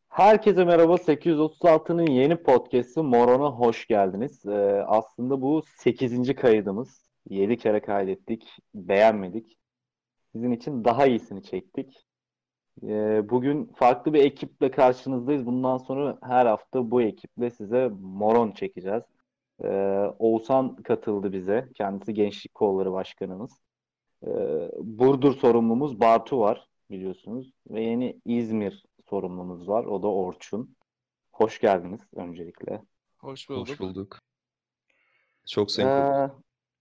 Herkese merhaba. 836'nın yeni podcast'i Moron'a hoş geldiniz. Aslında bu sekizinci kaydımız. 7 kere kaydettik, beğenmedik. Sizin için daha iyisini çektik. Bugün farklı bir ekiple karşınızdayız. Bundan sonra her hafta bu ekiple size Moron çekeceğiz. Oğuzhan katıldı bize. Kendisi Gençlik Kolları Başkanımız. Burdur sorumlumuz Bartu var biliyorsunuz. Ve yeni İzmir sorumlumuz var. O da Orçun. Hoş geldiniz öncelikle. Hoş Hoş bulduk. bulduk. Çok senkron. Ee,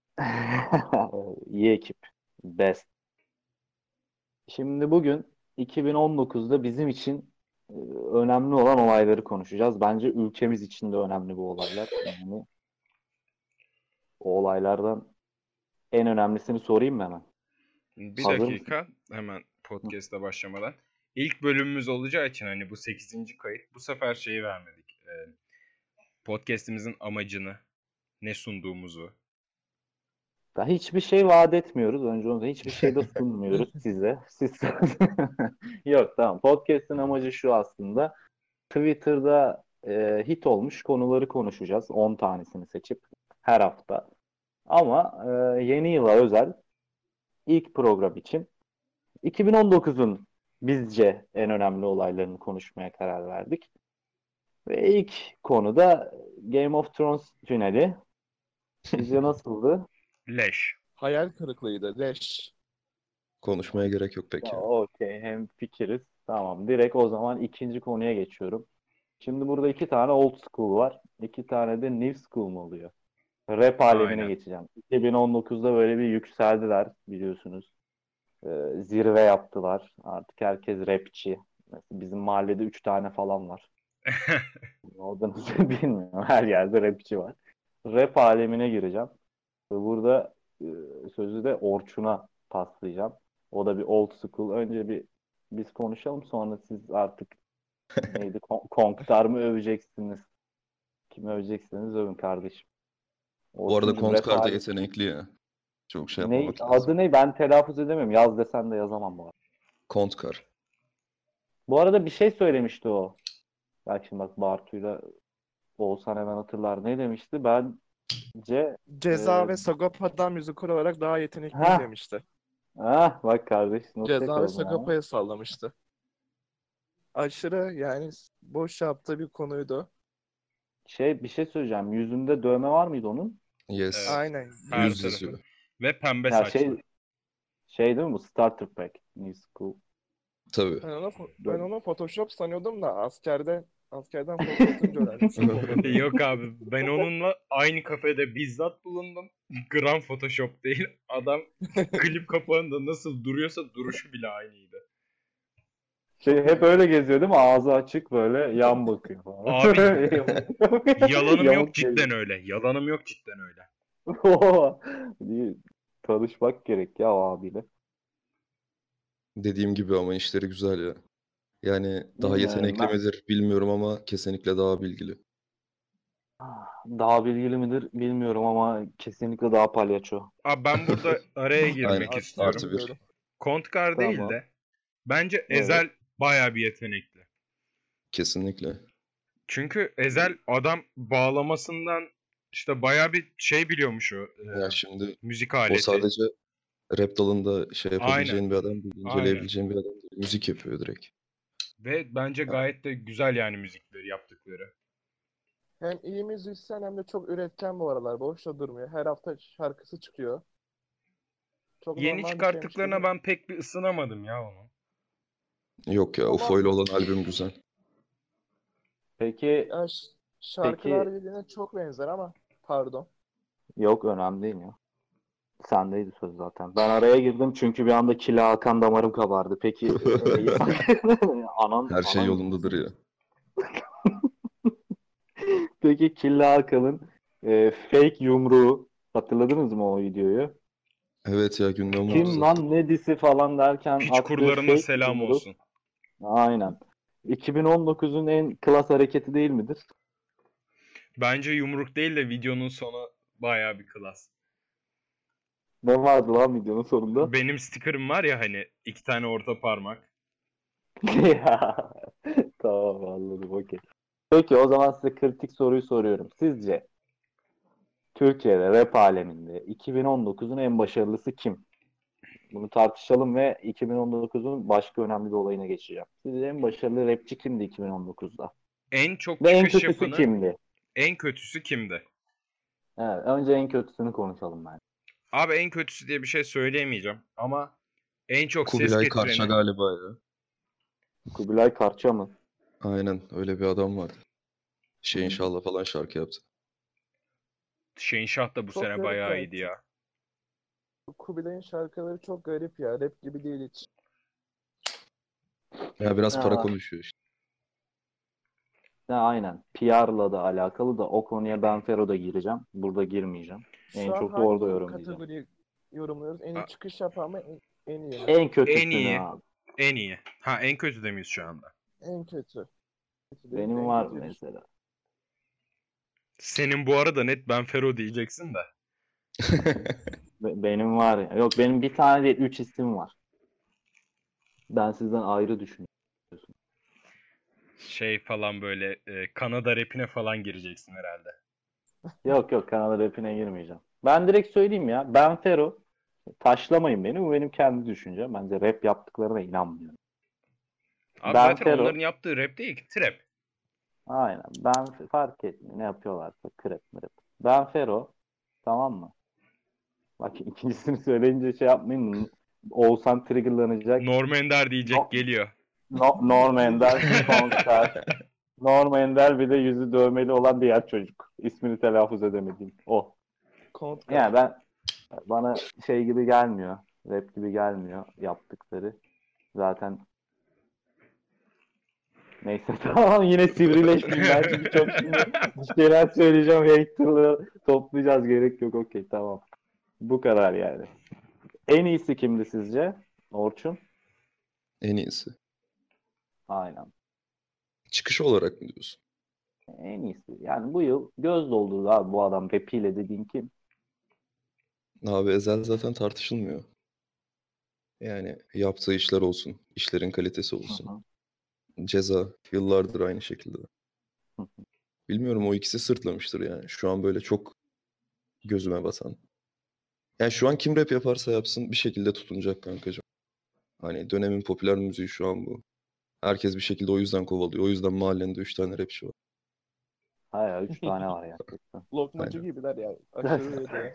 iyi ekip. Best. Şimdi bugün 2019'da bizim için önemli olan olayları konuşacağız. Bence ülkemiz için de önemli bu olaylar. Yani o olaylardan en önemlisini sorayım mı hemen? Bir Hazır mısın? dakika hemen podcast'a başlamadan. İlk bölümümüz olacağı için hani bu sekizinci kayıt bu sefer şeyi vermedik. Podcast'imizin amacını, ne sunduğumuzu. Daha hiçbir şey vaat etmiyoruz. Önce onu hiçbir şey de sunmuyoruz size. Siz Yok, tamam. Podcast'ın amacı şu aslında. Twitter'da hit olmuş konuları konuşacağız. 10 tanesini seçip her hafta. Ama yeni yıla özel ilk program için 2019'un bizce en önemli olaylarını konuşmaya karar verdik. Ve ilk konuda Game of Thrones finali. Sizce nasıldı? Leş. Hayal kırıklığıydı. Leş. Konuşmaya gerek yok pek ya. Okey, hem fikiriz. Tamam, direkt o zaman ikinci konuya geçiyorum. Şimdi burada iki tane old school var. İki tane de new school mu oluyor? Rap alemine Aynen. geçeceğim. 2019'da böyle bir yükseldiler biliyorsunuz. Zirve yaptılar. Artık herkes rapçi. Mesela bizim mahallede 3 tane falan var. O da nasıl bilmiyorum. Her yerde rapçi var. Rap alemine gireceğim. Ve burada sözü de Orçun'a paslayacağım. O da bir old school. Önce biz konuşalım, sonra siz artık neydi? Konktar mı öveceksiniz? Kimi öveceksiniz övün kardeşim. Bu arada Orçuncuğum, rap Kontkar da hali. yetenekli ya. Çok şey Ne, yapmamak lazım. adı ne? Ben telaffuz edemiyorum. Yaz desen de yazamam bu arada. Kontkar. Bu arada bir şey söylemişti o. Bak şimdi, bak, Bartu'yla Oğuzhan hemen hatırlar. Ne demişti? Bence Ceza ve Sagopa'dan müzikal olarak daha yetenekliyim ha demişti. bak kardeş, not Ceza ve yakaladım ha. Sagopa'ya sallamıştı. Aşırı yani boş yaptığı bir konuydu. Bir şey söyleyeceğim. Yüzünde dövme var mıydı onun? Yes. Evet. Aynen. Her Yüz tarafı. yazıyor. Ve pembe Ya saçlı. değil mi bu? Starter Pack. New School. Tabii. Ben onu Photoshop sanıyordum da askerden foto atınca öğrendim. Yok abi, ben onunla aynı kafede bizzat bulundum. Gram Photoshop değil. Adam klip kapağında nasıl duruyorsa duruşu bile aynıydı. Hep öyle geziyor değil mi? Ağzı açık böyle yan bakıyor falan. Abi, yalanım yok, Yamuk cidden öyle. Yalanım yok, cidden öyle. geliyor. Tanışmak gerek ya o abiyle. Dediğim gibi ama işleri güzel ya. Yani daha Bilmiyorum yetenekli ben. midir bilmiyorum ama kesinlikle daha bilgili. Daha bilgili midir bilmiyorum ama kesinlikle daha palyaço. Abi ben burada araya girmek Aynen. istiyorum. Artı bir. Kontkar değil Tamam. de bence Evet. Ezel bayağı bir yetenekli. Kesinlikle. Çünkü Ezel adam bağlamasından işte bayağı bir şey biliyormuş o Ya şimdi müzik o aleti. sadece rap dalında şey Aynen. yapabileceğin bir adam değil. Aynen. İnceleyebileceğin bir adam değil. Müzik yapıyor direkt. Ve bence gayet de güzel yani müzikleri yaptıkları. Hem iyi müzisyen hem de çok üretken bu aralar. Boşta durmuyor. Her hafta şarkısı çıkıyor. Çok Yeni normal bir şeymiş çıkarttıklarına gibi. ben pek bir ısınamadım ya onu. Yok ya, Ama UFO ile olan albüm güzel. Peki ya şarkılar peki birbirine çok benzer ama pardon. yok, önemli değil ya. Sendeydi söz zaten. Ben araya girdim çünkü bir anda Killa Hakan damarım kabardı. Peki Her şey anan yolundadır ya. peki Killa Hakan'ın fake yumruğu, hatırladınız mı o videoyu? Evet ya, gündem oldu Kim zaten. lan ne disi falan derken Piç attığı kurularına fake selam yumruk. olsun. Aynen. 2019'un en klas hareketi değil midir? Bence yumruk değil de videonun sonu bayağı bir klas. Ne vardı lan videonun sonunda? Benim sticker'ım var ya hani 2 tane orta parmak. Ya, tamam Anladım, okey. Peki o zaman size kritik soruyu soruyorum. Sizce Türkiye'de rap aleminde 2019'un en başarılısı kim? Bunu tartışalım ve 2019'un başka önemli bir olayına geçeceğim. Sizce en başarılı rapçi kimdi 2019'da? En çok Ve en çıkış kötüsü yapanı, kimdi? en kötüsü kimdi? Evet, önce en kötüsünü konuşalım ben. Abi en kötüsü diye bir şey söyleyemeyeceğim ama en çok ses Kubilay Karça getireni galiba ya. Kubilay Karça mı? Aynen öyle bir adam vardı. Hı. İnşallah falan şarkı yaptı. Şehinşah da bu Çok sene garip, bayağı evet. iyiydi ya. Kubilay'ın şarkıları çok garip ya. Rap gibi değil hiç. Ya biraz para Aa, konuşuyor işte. aynen. PR'la da alakalı da o konuya ben Fero'da gireceğim. Burada girmeyeceğim. En Şu an çok da orada hangi yorumlayacağım. kategoriyi yorumluyoruz? En iyi A- çıkış yapan mı? En iyi mi? En En kötüsünü iyi. abi. En iyi. Ha, en kötü de miyiz şu anda? En kötü. Kötü değil de Benim en var kötüyü düşün. mesela. Senin bu arada net Ben Fero diyeceksin de. Benim var ya. Yok, benim bir tane değil 3 isim var. Ben sizden ayrı düşünüyorum. Şey falan böyle Kanada rapine falan gireceksin herhalde. Yok, kanal rapine girmeyeceğim. Ben direkt söyleyeyim ya. Ben Fero. Taşlamayın beni. Bu benim kendi düşüncem. Bence rap yaptıklarına inanmıyorum. Abi Ben zaten onların Fero. yaptığı rap değil ki, trap. Aynen. Ben fark etmiyor. Ne yapıyorlarsa. Krep mrep. Ben Fero. Tamam mı? Bak, ikincisini söyleyince şey yapmayın. Oğuzhan triggerlanacak. Norm Ender diyecek, No, geliyor. Norm Ender konser. Norm Ender bir de yüzü dövmeli olan diğer çocuk. İsmini telaffuz edemediğim. O. Kontkar. Yani bana şey gibi gelmiyor. Rap gibi gelmiyor yaptıkları. Zaten neyse tamam, yine sivrileşmeyeyim ben çünkü çok şimdi bir şeyler söyleyeceğim. Hater'ları toplayacağız, gerek yok. Okey, tamam. Bu kadar yani. En iyisi kimdi sizce? Orçun? En iyisi. Aynen. Çıkış olarak mı diyorsun? En iyisi. Yani bu yıl göz doldurdu abi bu adam rapiyle dediğin kim? Abi Ezel zaten tartışılmıyor. Yani yaptığı işler olsun, işlerin kalitesi Hı olsun. hı. Ceza yıllardır aynı şekilde. Hı hı. Bilmiyorum, o ikisi sırtlamıştır yani. Şu an böyle çok gözüme batan. Yani şu an kim rap yaparsa yapsın bir şekilde tutunacak kankacığım. Hani dönemin popüler müziği şu an bu. Herkes bir şekilde o yüzden kovalıyor. O yüzden mahallende 3 tane rapçi var. Hayır, 3 tane var gerçekten. Lokmacı Aynen. gibiler ya. Aşırı yediler.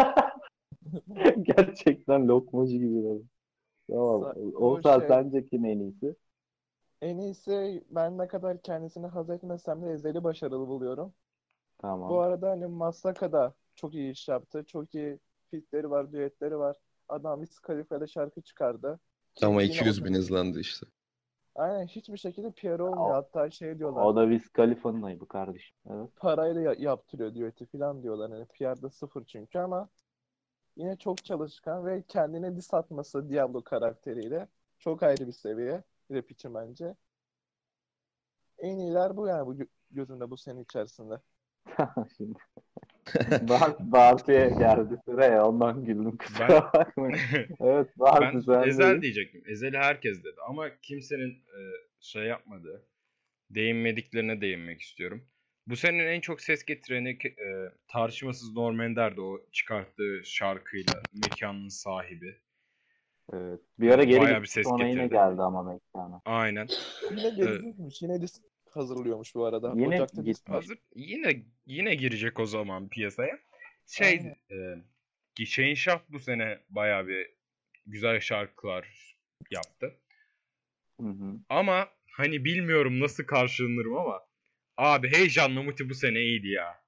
Gerçekten lokmacı gibi. Tamam. O Oğuzhan, şey sence kim en iyisi? en iyisi, ben ne kadar kendisini haz etmesem de Ezhel'i başarılı buluyorum. Bu Tamam. arada hani Massaka da çok iyi iş yaptı. Çok iyi fitleri var, düetleri var. Adam Wiz Khalifa'yla şarkı çıkardı. Ki Ama yine 200 bin izlendi işte. aynen hiçbir şekilde PR olmuyor. O, Hatta şey diyorlar, o da Wiz Khalifa'nın ayıbı kardeşim. Evet. parayla yaptırıyor düeti falan diyorlar. Hani PR'da sıfır çünkü, ama yine çok çalışkan ve kendine diss atması Diablo karakteriyle çok ayrı bir seviye rap için bence. En iyiler bu yani, bu gözümde bu sene içerisinde. Şimdi Bartu'ya geldi sıra ya, ondan güldüm, Ben kusura bakmayın. Evet, ben Bartu Ezel sendeyiz. diyecektim. Ezel'i herkes dedi ama kimsenin şey yapmadığı, değinmediklerine değinmek istiyorum. Bu senin en çok ses getireni tartışmasız Norm Ender'di, o çıkarttığı şarkıyla Mekanın Sahibi. Evet. Bir ara geri Bayağı bir gitti, ses sonra yine getirdi. geldi ama mekana. Aynen. Yine E, gelecekmiş. Yine diss hazırlıyormuş bu arada. Yine Ocak'ta diss gitti. var. hazır yine girecek o zaman piyasaya. Aynen. Şey Şehinşah bu sene bayağı bir güzel şarkılar yaptı. Hı hı. Ama hani bilmiyorum nasıl karşılanırım ama abi Heyecanlı Muti bu sene iyiydi ya.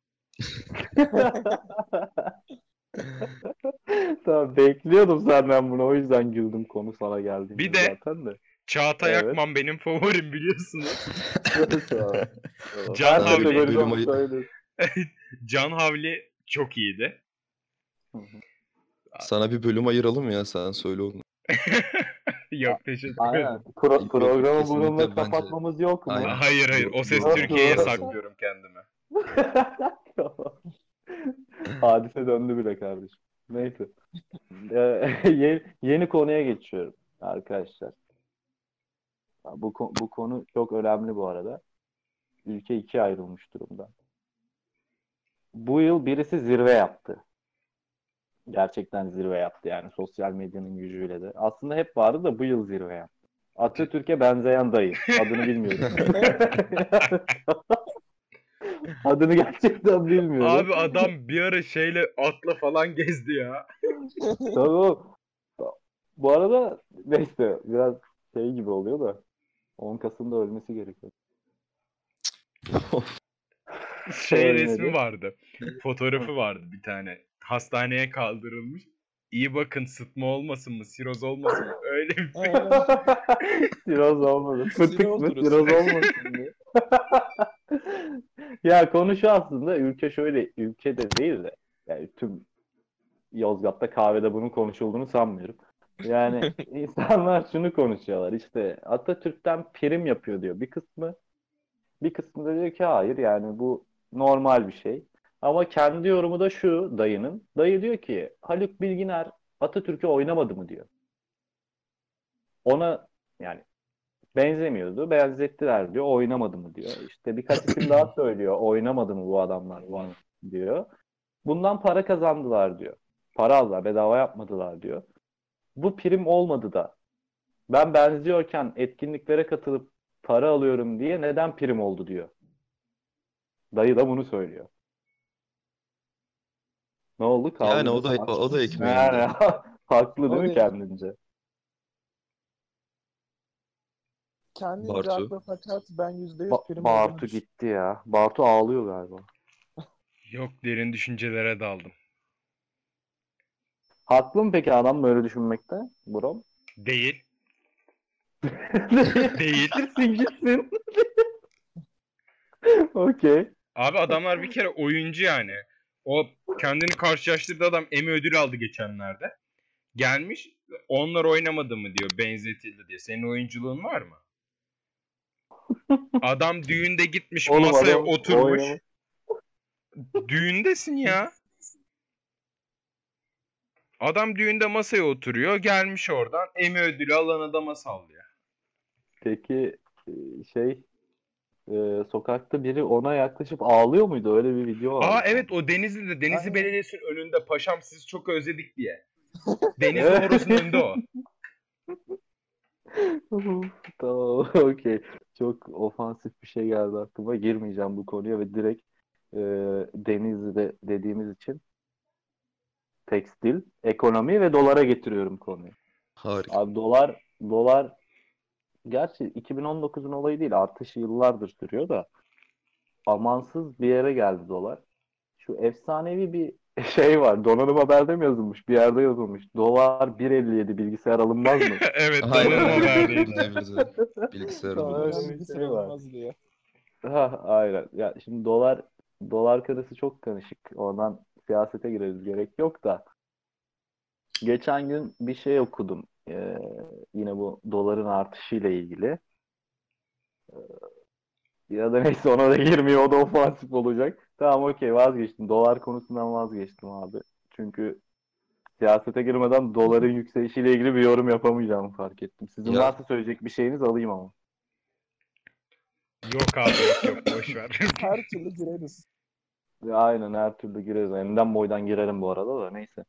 Tamam, bekliyordum senden bunu, o yüzden güldüm konu sana Bir geldiğinde de zaten de. Çağatay Evet. Akman benim favorim, biliyorsunuz. Tamam. Can Her Sana bir Havli kategoride bölüm onu söylüyorsun. Can Havli çok iyiydi. Hı hı. Sana bir bölüm ayıralım ya, sen söyle onu. Yok, teşekkür Aynen. ederim. Yok, yok, Programı bununla kesinlikle bence. kapatmamız yok mu? Aynen. Hayır, o Ses Yok, Türkiye'ye Nasıl? saklıyorum kendime. Tamam. Hadise döndü bile kardeşim. Neyse. Yeni konuya geçiyorum arkadaşlar. Bu konu çok önemli bu arada. ülke ikiye ayrılmış durumda. Bu yıl birisi zirve yaptı. Gerçekten zirve yaptı yani sosyal medyanın gücüyle de. Aslında hep vardı da bu yıl zirve yaptı. Atatürk'e benzeyen dayı. Adını bilmiyorum. Adını gerçekten bilmiyorum. Abi adam bir ara şeyle atla falan gezdi ya. Tabii o. Bu arada neyse biraz şey gibi oluyor da 10 Kasım'da ölmesi gerekiyor. Şey Ölmedi. resmi vardı. Fotoğrafı vardı bir tane. Hastaneye kaldırılmış. İyi bakın, sıtma olmasın mı, siroz olmasın mı? Öyle bir şey. Aynen. Siroz olmadı. Fıtık Siroz mı? durusu. Siroz olmasın diye. Ya konu şu aslında ülke şöyle, ülkede değil de yani tüm Yozgat'ta kahvede bunun konuşulduğunu sanmıyorum. Yani insanlar şunu konuşuyorlar işte Atatürk'ten prim yapıyor diyor bir kısmı da diyor ki hayır yani bu normal bir şey. Ama kendi yorumu da şu dayının. Dayı diyor ki Haluk Bilginer Atatürk'ü oynamadı mı diyor. Ona yani benzemiyordu. Benzettiler diyor. Oynamadı mı diyor. İşte birkaç isim daha söylüyor. Oynamadı mı bu adamlar bu an diyor. Bundan para kazandılar diyor. Para aldılar. Bedava yapmadılar diyor. Bu prim olmadı da. Ben benziyorken etkinliklere katılıp para alıyorum diye neden prim oldu diyor. Dayı da bunu söylüyor. Ne oldu? Yani Kaldınız. o da ekmeğinde. Yani, haklı değil O mi da- kendince? Kendince Bartu. haklı fakat ben %100 prim olduğunu Bartu gitti ya. Bartu ağlıyor galiba. Yok, derin düşüncelere daldım. Haklı mı peki adam böyle düşünmekte? Bro? Değil. Değil. Gitsin gitsin. Okey. Abi adamlar bir kere oyuncu yani. O kendini karşılaştırdığı adam Emmy ödülü aldı geçenlerde. Gelmiş, onlar oynamadı mı diyor, benzetildi diye. Senin oyunculuğun var mı? Adam düğünde gitmiş, Oğlum masaya adam oturmuş. oynamış. Düğündesin ya. Adam düğünde masaya oturuyor. Gelmiş oradan Emmy ödülü alan adama sallıyor. Peki şey sokakta biri ona yaklaşıp ağlıyor muydu? Öyle bir video Aa vardı. evet, o Denizli'de. Denizli Aynen. Belediyesi'nin önünde. Paşam sizi çok özledik diye. Denizli Oros'un önünde o. Tamam, okey. Çok ofansif bir şey geldi aklıma. Girmeyeceğim bu konuya ve direkt Denizli'de dediğimiz için tekstil, ekonomi ve dolara getiriyorum konuyu. Harika. Abi dolar gerçi 2019'un olayı değil, artışı yıllardır sürüyor da amansız bir yere geldi dolar. Şu efsanevi bir şey var. Donanım Haber'de mi yazılmış? Bir yerde yazılmış. Dolar 1.57 bilgisayar alınmaz mı? Evet, Aynen. donanım haberdeydi. Devirdi. Bilgisayarı Tamam, bulmaz. öyle Ben bir bir şey var. olmaz diye. Ha, aynen. Ya şimdi dolar karısı çok karışık. Oradan siyasete gireriz gerek yok da. Geçen gün bir şey okudum. Yine bu doların artışıyla ilgili. Ya da neyse ona da girmiyor. O da ofansif olacak. Tamam okey vazgeçtim. Dolar konusundan vazgeçtim abi. Çünkü siyasete girmeden doların yükselişiyle ilgili bir yorum yapamayacağımı fark ettim. Sizin Ya. varsa söyleyecek bir şeyiniz alayım ama. Yok abi, yok boş ver. Her türlü gireriz. Ya aynen her türlü gireriz. Eniden boydan girerim bu arada da neyse.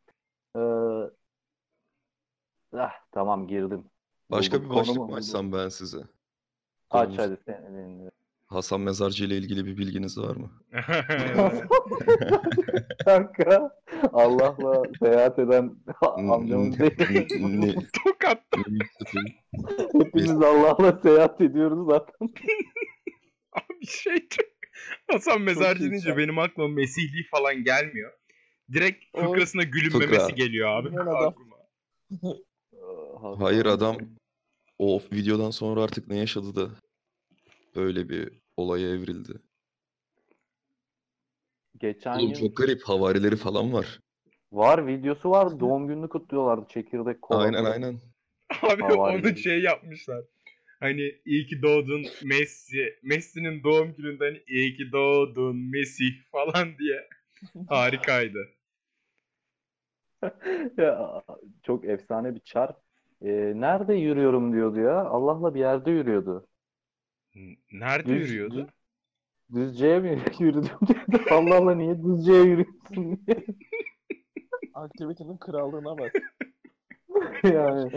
Tamam girdim. Başka Buldum. bir başlık Konumu mı buldum. açsam ben size? Aç Konumuz hadi seni dinliyorum. Hasan Mezarcı ile ilgili bir bilginiz var mı? Kanka Allah'la seyahat eden amcamız değil. Ne? Tokat. Hepimiz Allah'la seyahat ediyoruz zaten. Abi şey çok... Hasan Mezarcı iyi deyince sen. benim aklıma Mesihliği falan gelmiyor. Direkt O- fıkrasına gülünmemesi Fıkra. geliyor abi. Bilmeyen adam. aklıma. Hayır, adam o videodan sonra artık ne yaşadı da böyle bir olaya evrildi. Geçen Oğlum gün çok garip, havarileri falan var. var videosu var. Doğum gününü kutluyorlardı. Çekirdek kola. Aynen. Abi Havarileri. onu şey yapmışlar. Hani iyi ki doğdun Messi. Messi'nin doğum gününde hani iyi ki doğdun Messi falan diye. Harikaydı. Ya, çok efsane bir çar. Nerede yürüyorum diyordu ya. Allah'la bir yerde yürüyordu. Nerede Düz, yürüyordu? Düzce'ye mi yürüdüm dedi. Allah Allah niye Düzce'ye yürüyorsun diye. Aktivitenin krallığına bak. Yani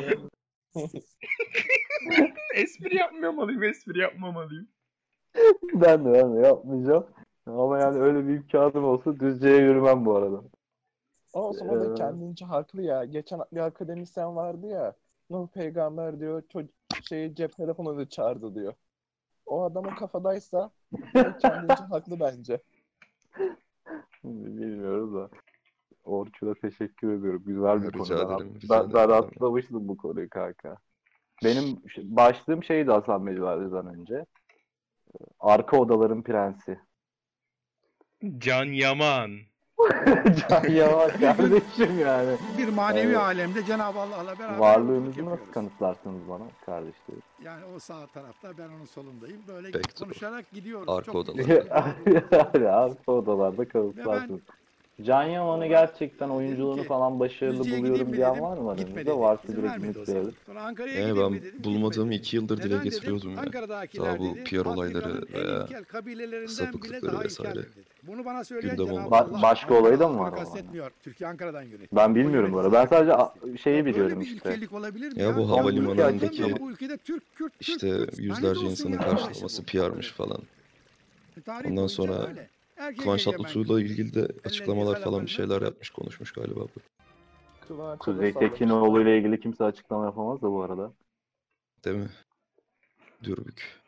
Espri yapmamalıyım. ben de yapmayacağım. Ama yani öyle bir imkanım olsa Düzce'ye yürümem bu arada. Olsun o da kendince haklı ya. Geçen bir akademisyen vardı ya. Nuh peygamber diyor cep telefonunu çağırdı diyor. O adamın kafadaysa kendince haklı bence. Bilmiyoruz da. Orçun'a teşekkür ediyorum. Güzel bir konu. Rica ederim. Ben atlamıştım bu konuyu kanka. Benim başlığım şeydi Hasan Meczuar'dan önce. Arka odaların prensi. Can Yaman. Can Yaman kardeşim yani. Bir manevi alemde Cenab-ı Allah'la beraber Varlığınızı nasıl yapıyoruz. kanıtlarsınız bana kardeşlerim? Yani o sağ tarafta, ben onun solundayım. Böyle Pek konuşarak gidiyoruz. Arka Çok odalar. güzel. Yani arka odalarda kanıtlarsınız. Can Yaman'ı gerçekten oyunculuğunu dedim ki, falan başarılı Düzce'ye buluyorum gideyim mi diyen dedim, var mı gitme aranızda? dedi. Varsa İzin direkt vermedi o unutlayalım. zaman. Sonra Ankara'ya Yani gideyim ben mi dedim, bulmadığımı gitme 2 yıldır dedi. dile Neden dedim? getiriyordum ya. Ankara'dakiler Daha bu dedi, PR olayları Afrika'nın en veya ilkel kabilelerinden bile sapıklıkları daha vesaire. ilkeldir dedi. Bunu bana söyleyen Gündem Cenab-ı oldu. Allah. Başka olayı da mı Ankara var o kastetmiyor. Türkiye Ankara'dan yönetiyor. Ben bilmiyorum bu arada. Ben sadece şeyi Ya biliyorum böyle bir işte. ilkellik olabilir mi Ya bu ya? havalimanlarındaki Ya bu ülkede Türk işte lanet yüzlerce olsun insanın ya. karşılaması PR'mış falan. Tarih Ondan boyunca sonra böyle. Erkek Kıvanç egemen Tatlıtuğ'la ilgili de ellezi açıklamalar falan bir şeyler halabalına- yapmış, konuşmuş galiba bu. Kıvanç'a da Kuzey sallamışlar. Tekinoğlu ile ilgili kimse açıklama yapamaz da bu arada. Değil mi? Dürbük.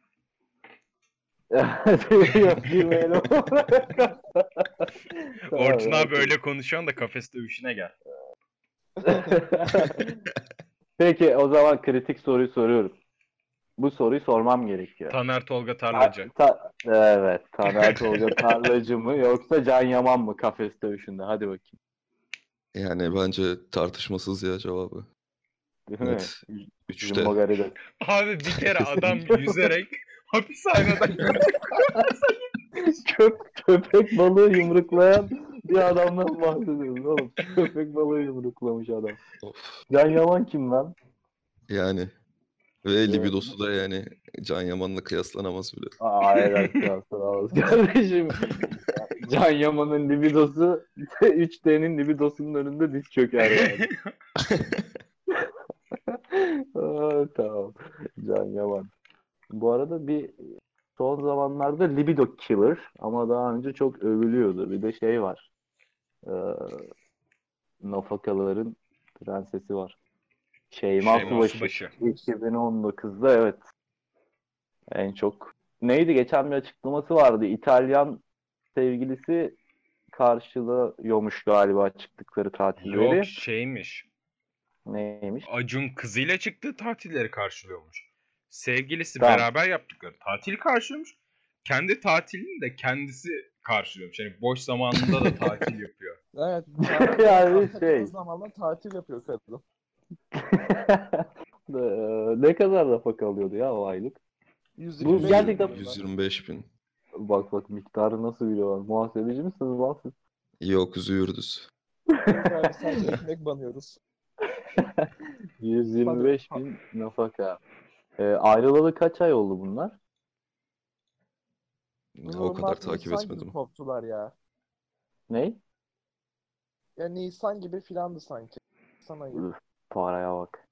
Yok girmeyelim. Orçun abi öyle konuşuyorsun da kafes dövüşüne gel. Peki o zaman kritik soruyu soruyorum. Bu soruyu sormam gerekiyor. Taner Tolga Tarlacı. Evet. Taner Tolga Tarlacı mı yoksa Can Yaman mı kafes dövüşünde? Hadi bakayım. Yani bence tartışmasız ya cevabı. Değil mi? Evet. 3'te. Jumbo Garida. Abi bir kere adam yüzerek hapishaneden Köpek balığı yumruklayan bir adamdan bahsediyoruz oğlum. Köpek balığı yumruklamış adam. Of. Can Yaman kim lan? Yani. Ve libidosu da yani Can Yaman'la kıyaslanamaz bile. Aynen kıyaslanamaz kardeşim. Can Yaman'ın libidosu 3D'nin libidosunun önünde diz çöker yani. Tamam. Can Yaman. Bu arada bir son zamanlarda libido killer ama daha önce çok övülüyordu. Bir de şey var. Nafakaların prensesi var. Şeyma Subaşı. 2019'da evet. En çok. Neydi? Geçen bir açıklaması vardı. İtalyan sevgilisi karşılıyormuş galiba çıktıkları tatilleri. Yok şeymiş. Neymiş? Acun kızıyla çıktığı tatilleri karşılıyormuş. Sevgilisi Tamam. beraber yaptıkları tatil karşılıyormuş. Kendi tatilini de kendisi karşılıyormuş. Yani boş zamanında da tatil yapıyor. Evet. Yani şey. Zamanla tatil yapıyor kadın. Ne kadar nafaka alıyordu ya o aylık? 125 Bu gerçekten- 125 bin. Bak miktarı nasıl biliyorlar. Muhasebeci misiniz lan siz? Yok züğürdüz. Yani sadece ekmek banıyoruz. 125 bin nafaka. Ayrılalı kaç ay oldu bunlar? O kadar takip Nisan gibi etmedim. koptular ya. Ne? Ya Nisan gibi filandı sanki. Nisan ayı. Üf, paraya bak.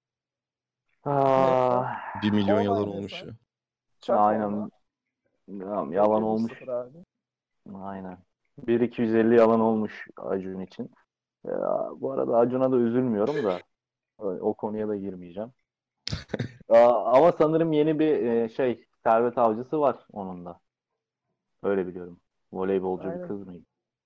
Aa, 1 milyon Olay yalan ne olmuş sen? ya. Çak aynen. ona. Yalan olmuş. 1-0 abi. Aynen. 1.250 yalan olmuş Acun için. Bu arada Acun'a da üzülmüyorum da o konuya da girmeyeceğim. Ama sanırım yeni bir servet avcısı var onun da. Öyle biliyorum. Voleybolcu bir Aynen. kız mıydı?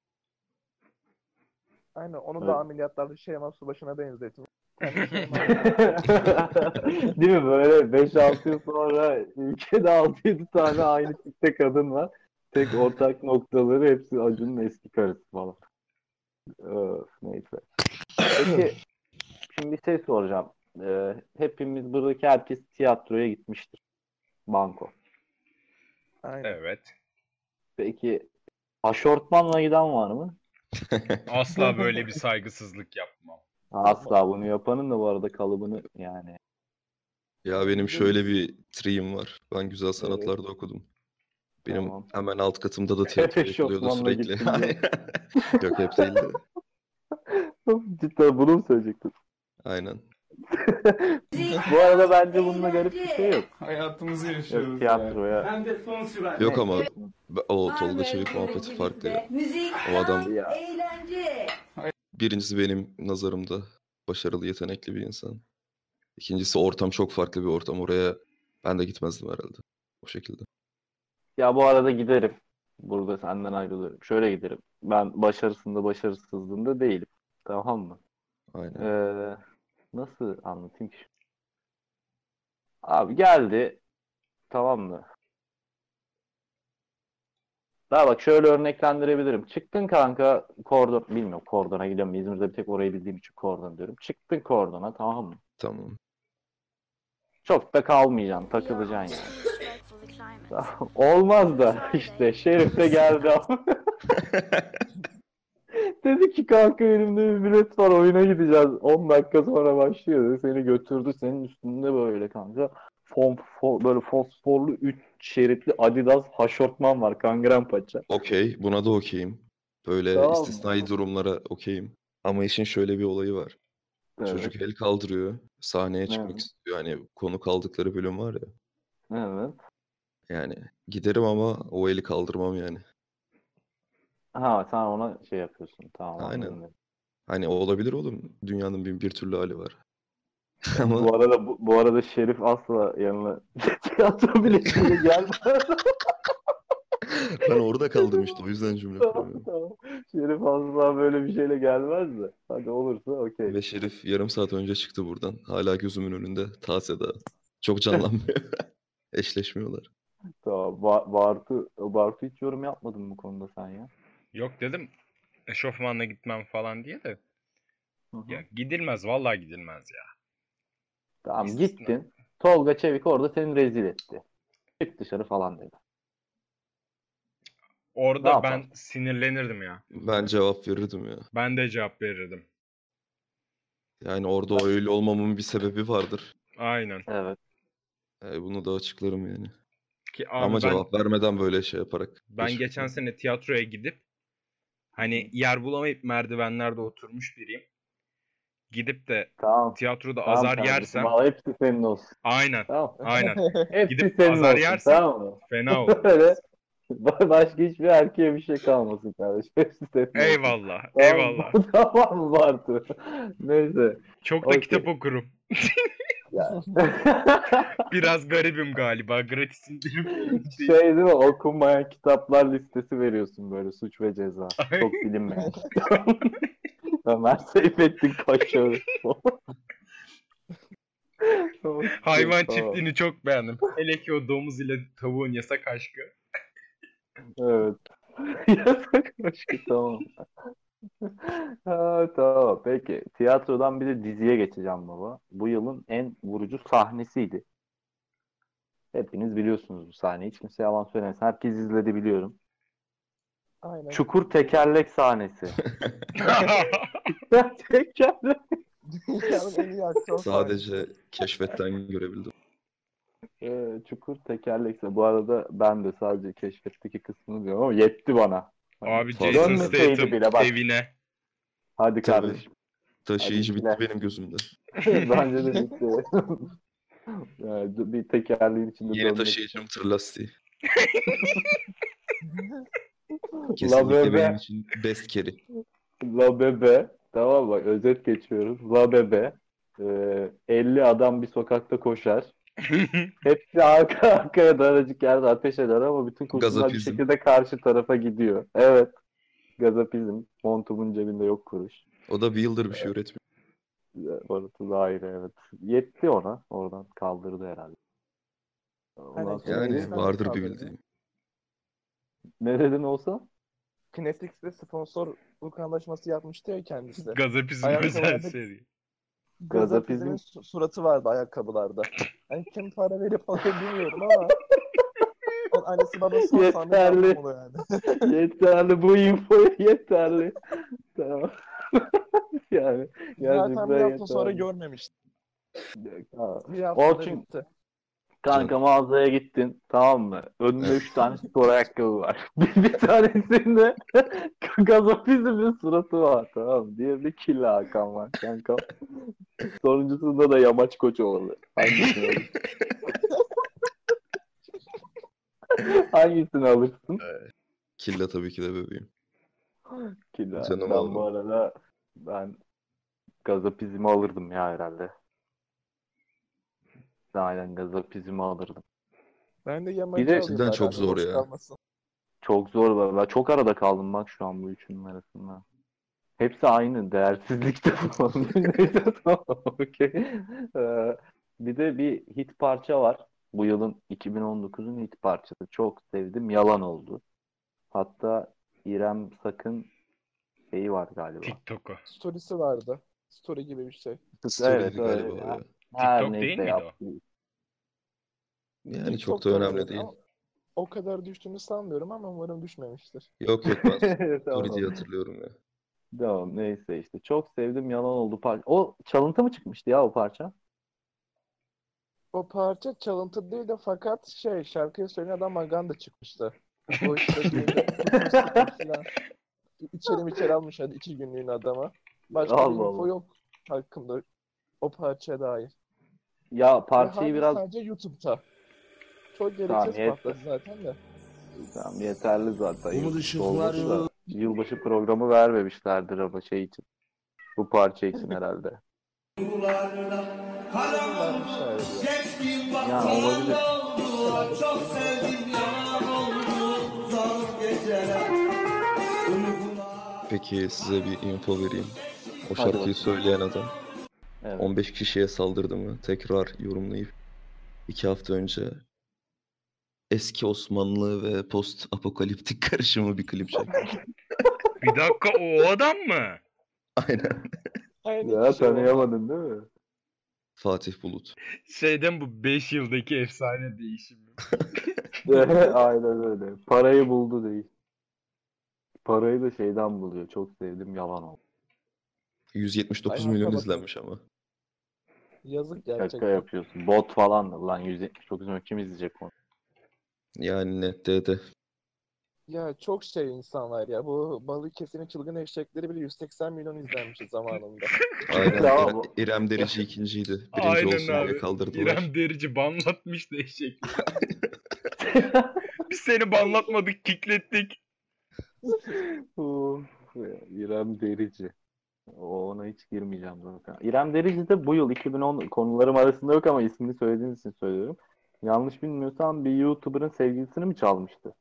Aynen onu Evet. da ameliyatlarda Şeyma Subaşı'na benzetmiş. Kendi Şeyma. Değil mi? Böyle 5-6 yıl sonra ülkede 6-7 tane aynı tipte kadın var. Tek ortak noktaları hepsi Acun'un eski karısı falan. Neyse. Peki şimdi bir şey soracağım. Hepimiz buradaki herkes tiyatroya gitmiştir. Banko. Aynen. Evet. Peki aşortmanla giden var mı? Asla böyle bir saygısızlık yapmam. Asla bunu yapanın da bu arada kalıbını yani. Ya benim şöyle bir triğim var. Ben güzel sanatlarda okudum. Benim Tamam. hemen alt katımda da tiyatro yapılıyordu Eşofmanla sürekli. gittim diye. Yok hep değildi. Cidden bunu mu söyleyecektin? Aynen. Bu arada bence bununla garip bir şey yok. Hayatımızı Yok yaşıyoruz tiyatroya. Hem de son sürat. Yok Ne? ama o Tolga Çevik muhabbeti farklı ya. Müzik, O adam Ya. eğlence. birincisi benim nazarımda başarılı, yetenekli bir insan. İkincisi ortam çok farklı bir ortam. Oraya ben de gitmezdim herhalde. O şekilde. Ya bu arada giderim. Burada senden ayrılıyorum. Şöyle giderim. Ben başarısında başarısızlığında değilim. Tamam mı? Aynen. Nasıl anlatayım ki? Abi geldi. Tamam mı? Daha bak şöyle örneklendirebilirim. Çıktın kanka kordon. Bilmiyorum kordona gidiyorum. İzmir'de bir tek orayı bildiğim için kordon diyorum. Çıktın kordona tamam mı? Tamam. Çok da kalmayacaksın. Takılacaksın yani. Olmaz da işte Şerif de geldi ama. Dedi ki kanka elimde bir bilet var oyuna gideceğiz. 10 dakika sonra başlıyor dedi. Seni götürdü senin üstünde böyle kanka. Böyle fosforlu 3 şeritli Adidas haşortman var kangren paça. Okey. Buna da okeyim. Böyle Tamam mı? istisnai durumlara okeyim. Ama işin şöyle bir olayı var. Evet. Çocuk el kaldırıyor. Sahneye çıkmak Evet. istiyor. Hani konu kaldıkları bölüm var ya. Evet. Yani giderim ama o eli kaldırmam yani. Ha sen ona şey yapıyorsun. Tamam Aynen. anladım. Hani o olabilir oğlum. Dünyanın bin bir türlü hali var. Ama Bu arada Şerif asla yanına tiyatro biletiyle gelmez. ben orada kaldım işte. O yüzden cümle Tamam kuramıyorum. tamam. Şerif asla böyle bir şeyle gelmez de. Hadi olursa okey. Ve Şerif yarım saat önce çıktı buradan. Hala gözümün önünde. Taze daha. Çok canlanmıyor. Eşleşmiyorlar. Tamam. Bartu hiç yorum yapmadın bu konuda sen ya. Yok dedim eşofmanla gitmem falan diye de. Hı hı. Ya gidilmez vallahi gidilmez ya. Tamam İstisna. gittin. Tolga Çevik orada seni rezil etti. Çık dışarı falan dedi. Ne Orada ben yaparsın? sinirlenirdim ya. Ben cevap verirdim ya. Ben de cevap verirdim. Yani orada öyle olmamın bir sebebi vardır. Aynen. Evet. Bunu da açıklarım yani. Ki Ama abi ben cevap vermeden böyle şey yaparak. geçen sene tiyatroya gidip hani yer bulamayıp merdivenlerde oturmuş biriyim. Gidip de Tamam. tiyatroda Tamam azar kardeşim. yersem Vallahi hepsi senin olsun. aynen. Tamam. Aynen. Hepsi Gidip senin azar olsun. yersem Tamam mı? fena olur. Böyle başka hiçbir erkeğe bir şey kalmasın kardeşim. Hepsi senin olsun. Eyvallah. Tamam Eyvallah. mı? Tamam mı Bartu? Neyse. Çok da Okey. kitap okurum. Ya. Biraz garibim galiba. Gratis indirim değil. Şey değil mi? Okunmayan kitaplar listesi veriyorsun böyle suç ve ceza. Çok bilinmeyen. Ömer Seyfettin Paşa. Hayvan Tamam. çiftliğini çok beğendim. Hele ki o domuz ile tavuğun yasak aşkı. Evet. Yasak aşkı tamam. Ha, tamam peki. Tiyatrodan bir de diziye geçeceğim baba. Bu yılın en vurucu sahnesiydi. Hepiniz biliyorsunuz bu sahneyi. Hiç kimse yalan söylemesin. Herkes izledi biliyorum. Aynen. Çukur tekerlek sahnesi. Tekerlek. Dünyanın en iyi aksiyon Sadece keşfetten görebildim. Çukur tekerlek. Bu arada ben de sadece keşfetteki kısmını diyorum ama yetti bana. Abi Fazla Jason dönmeseydi Statham bile bak. evine. Hadi Tabii. kardeşim. Taşıyıcı Hadi bitti izle. benim gözümde. Bence de bitti. Yani bir tekerleğin içinde Yeni dönmek. taşıyıcım tır lastiği. La Kesinlikle bebe. benim için best carry. La bebe. Tamam bak özet geçiyoruz. La bebe. 50 adam bir sokakta koşar. Hepsi arka arkaya daracık yerde ateş eder ama bütün kurşunlar bir Gazapizm. şekilde karşı tarafa gidiyor. Evet. Gazapizm. Montumun cebinde yok kuruş. O da bir yıldır bir şey üretmiyor. Orası da ayrı evet. Yetti ona. Oradan kaldırdı herhalde. Ondan Aynen, sonra Yani Netflix'ten vardır bir kaldırdı. bildiğim. ne dedin olsa? Netflix'te sponsorluk anlaşması yapmıştı ya kendisi. Gazapizm Ayakkabılarda özel seri. Gazapizm'in suratı vardı ayakkabılarda. Hani kim para verip alıyor bilmiyorum ama yani annesi babası olsa Yeterli. anlayacağım bunu yani. Yeterli bu info yeterli. Tamam. Yani Zaten bir hafta sonra yeterli. görmemiştim. Ha, Bir haftada Orçun, bitti. Kanka mağazaya gittin, tamam mı? Önünde 3 tane spor ayakkabı var. Bir tanesinde Gazapizm'in suratı var, tamam mı? Diğerinde Killa Hakan var kanka. Sonuncusunda da Yamaç Koçovalı. Hangisini alırsın? Hangisini alırsın? Killa tabii ki de bebeğim. Killa. Canım Ben oğlum. bu arada Gazapizm'i alırdım ya herhalde. Aynen Gazapizm'i alırdım. Ben de Bir Yamacı de alayım Cidden bari. çok Hani zor boş ya. kalmasın. çok zor var. Ben çok arada kaldım bak şu an bu üçünün arasında. Hepsi aynı değersizlikte falan. Neyse tamam okey. Bir de bir hit parça var. Bu yılın 2019'un hit parçası. Çok sevdim. Yalan oldu. Hatta İrem Sakın şeyi var galiba. TikTok'u. Story'si vardı. Story gibi bir şey. Story'di Evet galiba öyle. ya. Her TikTok değil neyse miydi o? yaptı. Yani çok da TikTok'ta önemli olabilir değil. ama o kadar düştüğünü sanmıyorum ama umarım düşmemiştir. Yok ben Story Tamam. diye hatırlıyorum ya. Tamam neyse işte. Çok sevdim yalan oldu parça. O çalıntı mı çıkmıştı ya o parça? O parça çalıntı değil de fakat şarkıyı söyleyen adam Maganda çıkmıştı. O işte düğünde bütün sıkıntı falan. İçeri almış hadi 2 günlüğün adama. Başka da Allah info Allah. yok hakkında o parçaya dair. Ya Ve parçayı hala biraz sadece YouTube'da. Çok tamam gereksiz yeter. patladı zaten de. Tamam yeterli zaten. Umut YouTube'da ışıklar olması da yılbaşı programı vermemişlerdir ama şey için. Bu parça için herhalde. Umarım vermişlerdir ya. Ya olabilir. Senaryo streaming Peki size bir info vereyim. O Hadi şarkıyı bakalım. söyleyen adam Evet. 15 kişiye saldırdı mı tekrar yorumlayıp 2 hafta önce eski Osmanlı ve post apokaliptik karışımı bir klip çekmiş. Bir dakika o adam mı? Aynen. Aynı Ya kişi o. tanıyamadın değil mi? Fatih Bulut. Şeyden bu 5 yıldaki efsane değişimi. Aynen öyle. Parayı buldu değil. Parayı da şeyden buluyor. Çok sevdim yalan oldu. 179 Hay milyon hakka izlenmiş ama. Yazık Şaka gerçekten. yapıyorsun. Bot falan da lan 179 milyon kim izleyecek onu? Yani nette Ya çok insanlar ya. Bu Balıkesir'in çılgın eşekleri bile 180 milyon izlenmiş zamanında. Aynen Tamam. İrem Derici ikinciydi. Birinci Aynen olsun diye abi. kaldırdılar. İrem Derici banlatmıştı eşekleri. Biz seni banlatmadık, kiklettik. Of, İrem Derici. Ona hiç girmeyeceğim zaten. İrem Derici de bu yıl 2010 konularım arasında yok ama ismini söylediğiniz için söylüyorum. Yanlış bilmiyorsam bir YouTuber'ın sevgilisini mi çalmıştı?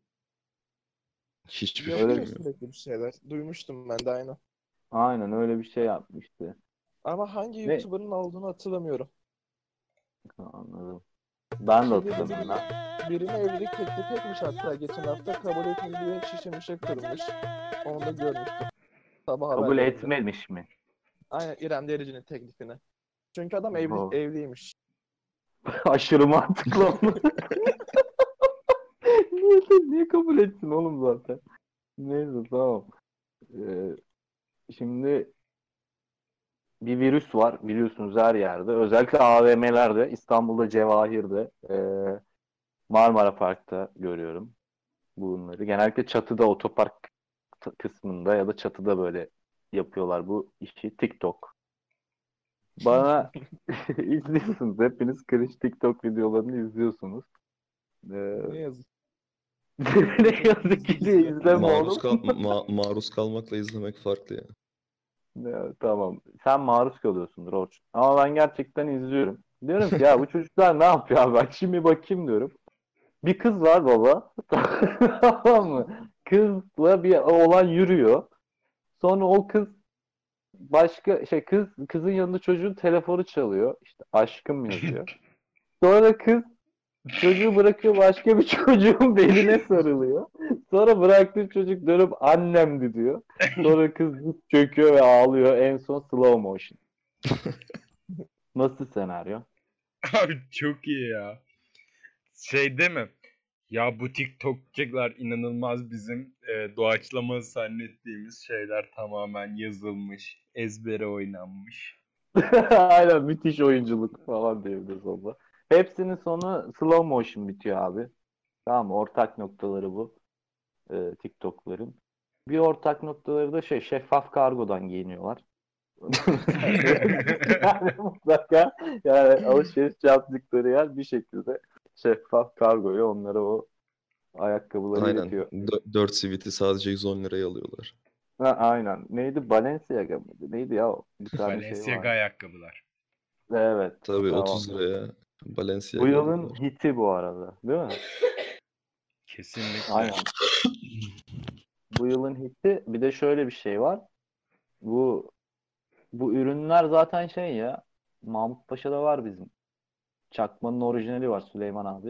Hiçbir Öyle Yapıyor fikrim yok. sürekli bir şeyler. Duymuştum ben de aynı. Aynen öyle bir şey yapmıştı. Ama hangi Ne? YouTuber'ın olduğunu hatırlamıyorum. Anladım. Ben de Şimdi hatırlamıyorum. birine evlilik teklif etmiş hatta geçen hafta kabul etmedi diye şişe kırmış. Onu da görmüştüm. Sabah Kabul haberlerinde. etmemiş mi? Aynen İrem Derici'nin teklifini. Çünkü adam Oh. evliymiş. Aşırı mantıklı ama. Niye kabul etsin oğlum zaten? Neyse tamam. Şimdi bir virüs var biliyorsunuz her yerde. Özellikle AVM'lerde, İstanbul'da Cevahir'de, Marmara Park'ta görüyorum bunları. Genellikle çatıda, otopark kısmında ya da çatıda böyle yapıyorlar bu işi. TikTok. Bana izliyorsunuz. Hepiniz cringe TikTok videolarını izliyorsunuz. Ne yazık. Ne yazık ki de izleme oğlum. Maruz kalmakla izlemek farklı ya. Ya, tamam. Sen maruz kalıyorsundur Orçun. Ama ben gerçekten izliyorum. Diyorum ki ya bu çocuklar ne yapıyor abi? Bak şimdi bakayım diyorum. Bir kız var baba. Tamam mı? Kızla bir oğlan yürüyor. Sonra o kız kızın yanında çocuğun telefonu çalıyor. İşte aşkım yazıyor. Sonra kız çocuğu bırakıyor başka bir çocuğun beline sarılıyor. Sonra bıraktığı çocuk dönüp annemdi diyor. Sonra kız çöküyor ve ağlıyor. En son slow motion. Nasıl senaryo? Abi çok iyi ya. Şey değil mi? Ya bu TikTokçular inanılmaz bizim doğaçlama zannettiğimiz şeyler tamamen yazılmış, ezbere oynanmış. Aynen müthiş oyunculuk falan diyebiliriz onda. Hepsinin sonu slow motion bitiyor abi. Tamam mı? Ortak noktaları bu. TikTok'ların. Bir ortak noktaları da şeffaf kargodan giyiniyorlar. Yani mutlaka yani alışveriş yaptıkları yer bir şekilde şeffaf kargoya onlara o ayakkabıları Aynen. iletiyor. 4 siviti sadece 110 liraya alıyorlar. Ha, aynen. Neydi? Balenciaga mıydı? Neydi ya? Bir tane şey Balenciaga vardı. ayakkabılar. Evet. Tabii Tamam. 30 liraya Bu Balenciaga yılın alıyorlar. hiti bu arada. Değil mi? Kesinlikle. Aynen. Bu yılın hiti. Bir de şöyle bir şey var. Bu ürünler zaten şey ya. Mahmut Paşa'da var bizim. Çakmanın orijinali var Süleyman abi.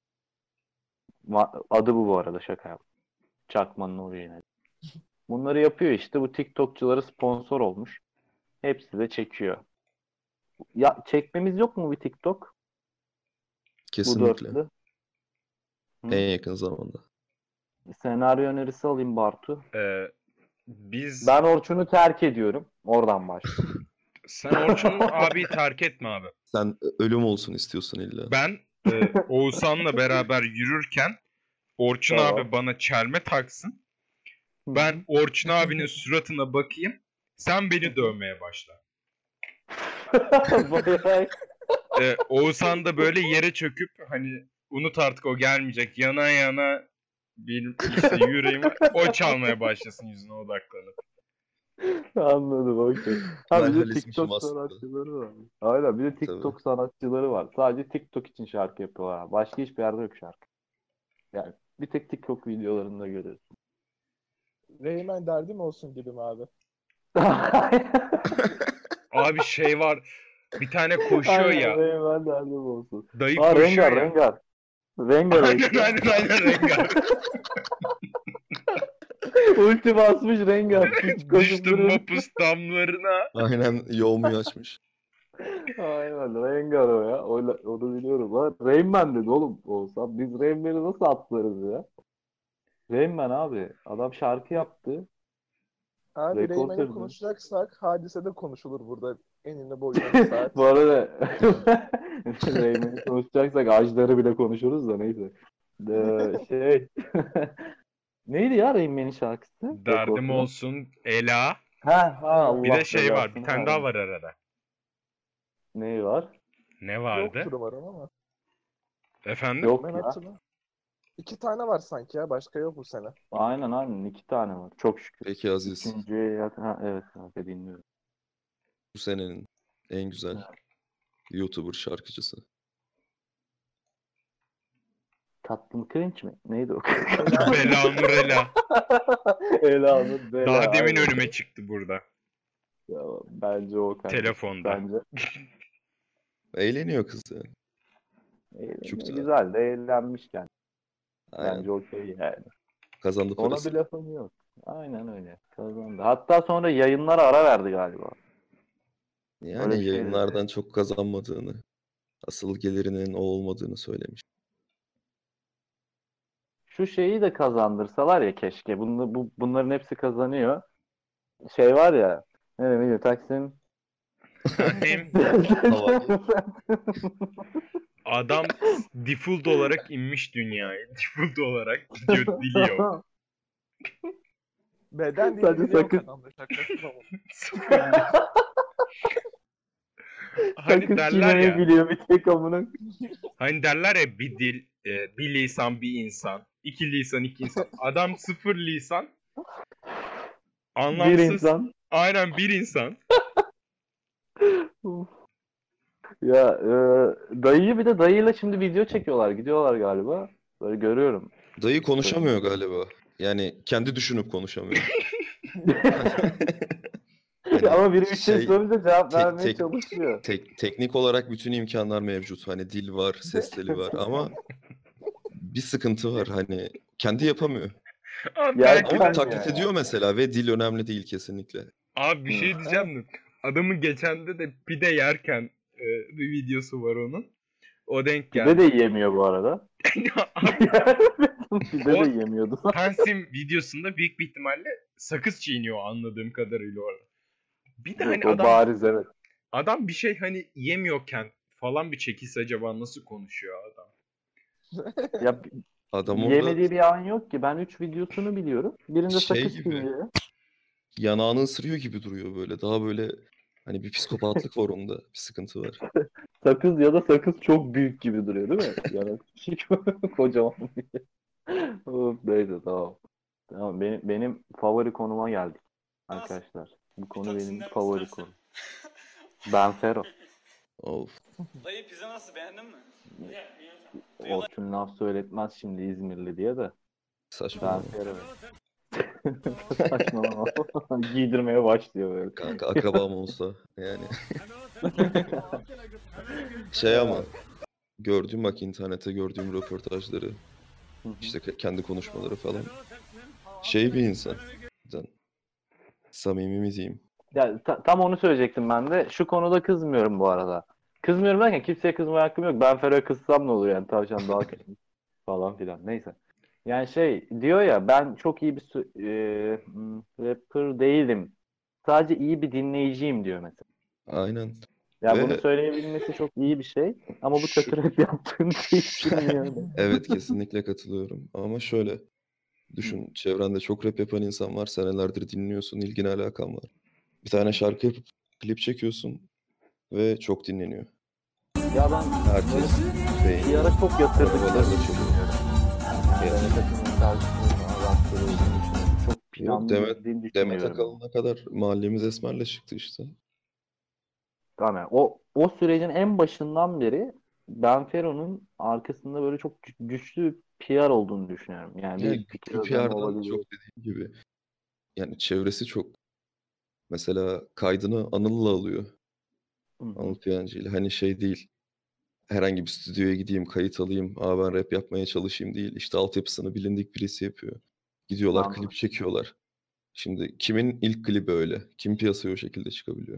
Adı bu arada, şaka yap. Çakmanın orijinali. Bunları yapıyor işte. Bu TikTokçuları sponsor olmuş. Hepsi de çekiyor. Ya çekmemiz yok mu bir TikTok? Bu Kesinlikle. dörtlü. Hı? En yakın zamanda. Senaryo önerisi alayım Bartu. Biz Ben Orçun'u terk ediyorum. Oradan başlayalım. sen Orçun abi terk etme abi. Sen ölüm olsun istiyorsun illa. Ben Oğuzhan'la beraber yürürken Orçun Tamam. abi bana çelme taksın. Ben Orçun abinin suratına bakayım. Sen beni dövmeye başla. Bayağı Oğuzhan da böyle yere çöküp hani unut artık o gelmeyecek. Yana yana benim işte yüreğimi o çalmaya başlasın, yüzüne odaklanıp. anladım, okey. Ben Ha bir de Halis'mişim TikTok aslında. sanatçıları var. Aynen, bir de TikTok sanatçıları var. Sadece TikTok için şarkı yapıyorlar. Başka hiçbir yerde yok şarkı. Yani bir tek TikTok videolarında görüyorsun. Reymen derdim olsun gibi mi abi? Abi şey var. Bir tane koşuyor Aynen, ya. ben derdim olsun. Dayı Aa, koşuyor Rengar, ya. Rengar. Rengar Aynen işte. aynen Rengar. Ulti basmış Rengar. Hiç koşup Düştüm duruyor. mapus damlarına. Aynen yoğmuyu açmış. Aynen Rengar o ya. Onu biliyorum. Ha, Rayman dedi oğlum olsa. Biz Rayman'i nasıl atlarız ya? Rayman abi. Adam şarkı yaptı. Abi Rekor Reymen'i kırdı. konuşacaksak Hadise'de konuşulur burada enine boyuna bir saat. Bu arada Rayman'i konuşacaksak Ajdar'ı bile konuşuruz da neyse. Şey neydi ya Rayman'in şarkısı? Derdim Rekort'un. olsun Ela. Ha Allah Bir de şey var. Bir belasını tane daha versin. var arada. Neyi var? Ne vardı? Yoktur umarım ama. Efendim? Yok Ben ya. hatırlamıyorum. 2 tane var sanki ya. Başka yok bu sene. Aynen 2 tane var. Çok şükür. Peki Aziz, Üçüncüye yakın. Ha, evet kanka dinliyorum. bu senenin en güzel YouTuber şarkıcısı. Tatlım cringe mi? Neydi o? Belanur Ela. Elanur Bela. Daha demin aynen. önüme çıktı burada. Ya, bence o kanka. Telefonda. Bence Eğleniyor kız yani. Çok eğleniyor. da. Güzel de eğlenmişken. Aynen. Bence okey yani. Kazandı Ona parası. bir lafım yok. Aynen öyle. Kazandı. Hatta sonra yayınlara ara verdi galiba. Öyle Yani bir şey yayınlardan çok kazanmadığını, asıl gelirinin o olmadığını söylemiş. Şu şeyi de kazandırsalar ya keşke. Bunların hepsi kazanıyor. Şey var ya. Ne demek Taksim. Hem adam default olarak inmiş dünyaya. Default olarak gidiyor biliyor. Beden Sadece dili biliyor sakın- adamda şakasız ama. Hani Sakız derler çiğnemeyi ya. biliyor bir tek amına. Hani derler ya bir dil, bir lisan bir insan. İki lisan iki insan. Adam sıfır lisan. Anlamsız. Bir insan. Aynen bir insan. Ya dayıyı bir de dayıyla şimdi video çekiyorlar. Gidiyorlar galiba. Böyle görüyorum. Dayı konuşamıyor galiba. Yani kendi düşünüp konuşamıyor. Hani Ama biri bir şey şey, sorunca cevap tek- vermeye tek- çalışıyor. teknik olarak bütün imkanlar mevcut. Hani dil var, ses teli var ama bir sıkıntı var. Hani kendi yapamıyor. Abi, Ya, belki Ama Ben taklit ya. ediyor mesela ve dil önemli değil kesinlikle. Abi bir şey diyeceğim de. Adamın geçende de pide yerken bir videosu var onun. O denk Pide geldi. de yiyemiyor bu arada. Abi, Pide de yiyemiyordu. Pensim videosunda büyük bir ihtimalle sakız çiğniyor anladığım kadarıyla orada. Bir de hani O bariz evet. adam bir şey hani yemiyorken falan bir çekilse acaba nasıl konuşuyor adam? Ya Adam orada yemediği bir an yok ki. Ben 3 videosunu biliyorum. Birinde şey sakız gibi çiğniyor. yanağını ısırıyor gibi duruyor böyle. Daha böyle hani bir psikopatlık var onda. Bir sıkıntı var. Sakız ya da sakız çok büyük gibi duruyor değil mi? Yani küçük kocaman bir. Of, neyse tamam. Tamam benim favori konuma geldik arkadaşlar. Bu konu benim favori konum. Benfero. Of. Dayı pizza nasıl, beğendin mi? Orçun laf söyletmez şimdi İzmirli diye de. Saçmalama. Benfero. Saçmalama. Giydirmeye başlıyor böyle. Kanka akrabam olsa yani. Şey ama gördüğüm bak internette gördüğüm röportajları işte kendi konuşmaları falan. Şey bir insan. Zaten samimi mi diyeyim? Ya tam onu söyleyecektim ben de. Şu konuda kızmıyorum bu arada. Kızmıyorum derken kimseye kızmaya hakkım yok. Ben Fero'ya kızsam ne olur yani tavşan daha kötü falan filan. Neyse. Yani şey diyor ya ben çok iyi bir rapper değilim. Sadece iyi bir dinleyiciyim diyor mesela. Aynen. Ya Ve bunu söyleyebilmesi çok iyi bir şey. Ama bu şu- kötü rap yaptığını düşünmüyor. evet kesinlikle katılıyorum. Ama şöyle düşün çevrende çok rap yapan insan var. Senelerdir dinliyorsun. İlgine alakan var. Bir tane şarkı yapıp klip çekiyorsun ve çok dinleniyor. Ya ben Herkes bir beğeniyor. ara çok yatırdık. Arabalarda çalıyor. Demet Akalın tarzında rockları olduğunu düşünüyorum. Çok Yok planlı gittiğini Demet düşünmüyorum. Akalın'a kadar mahallemiz Esmer'le çıktı işte. Tamam yani o sürecin en başından beri Benfero'nun arkasında böyle çok güçlü PR olduğunu düşünüyorum. Yani Ya bir fikir güçlü adamı PR'dan olabilir. çok dediğim gibi. Yani çevresi çok. Mesela kaydını Anıl'la alıyor. Hı hı. Anıl Piyancı ile. Hani şey değil. Herhangi bir stüdyoya gideyim, kayıt alayım. Aa ben rap yapmaya çalışayım değil. İşte altyapısını bilindik birisi yapıyor. Gidiyorlar Anladım. klip çekiyorlar. Şimdi kimin ilk klibi öyle? Kim piyasaya o şekilde çıkabiliyor?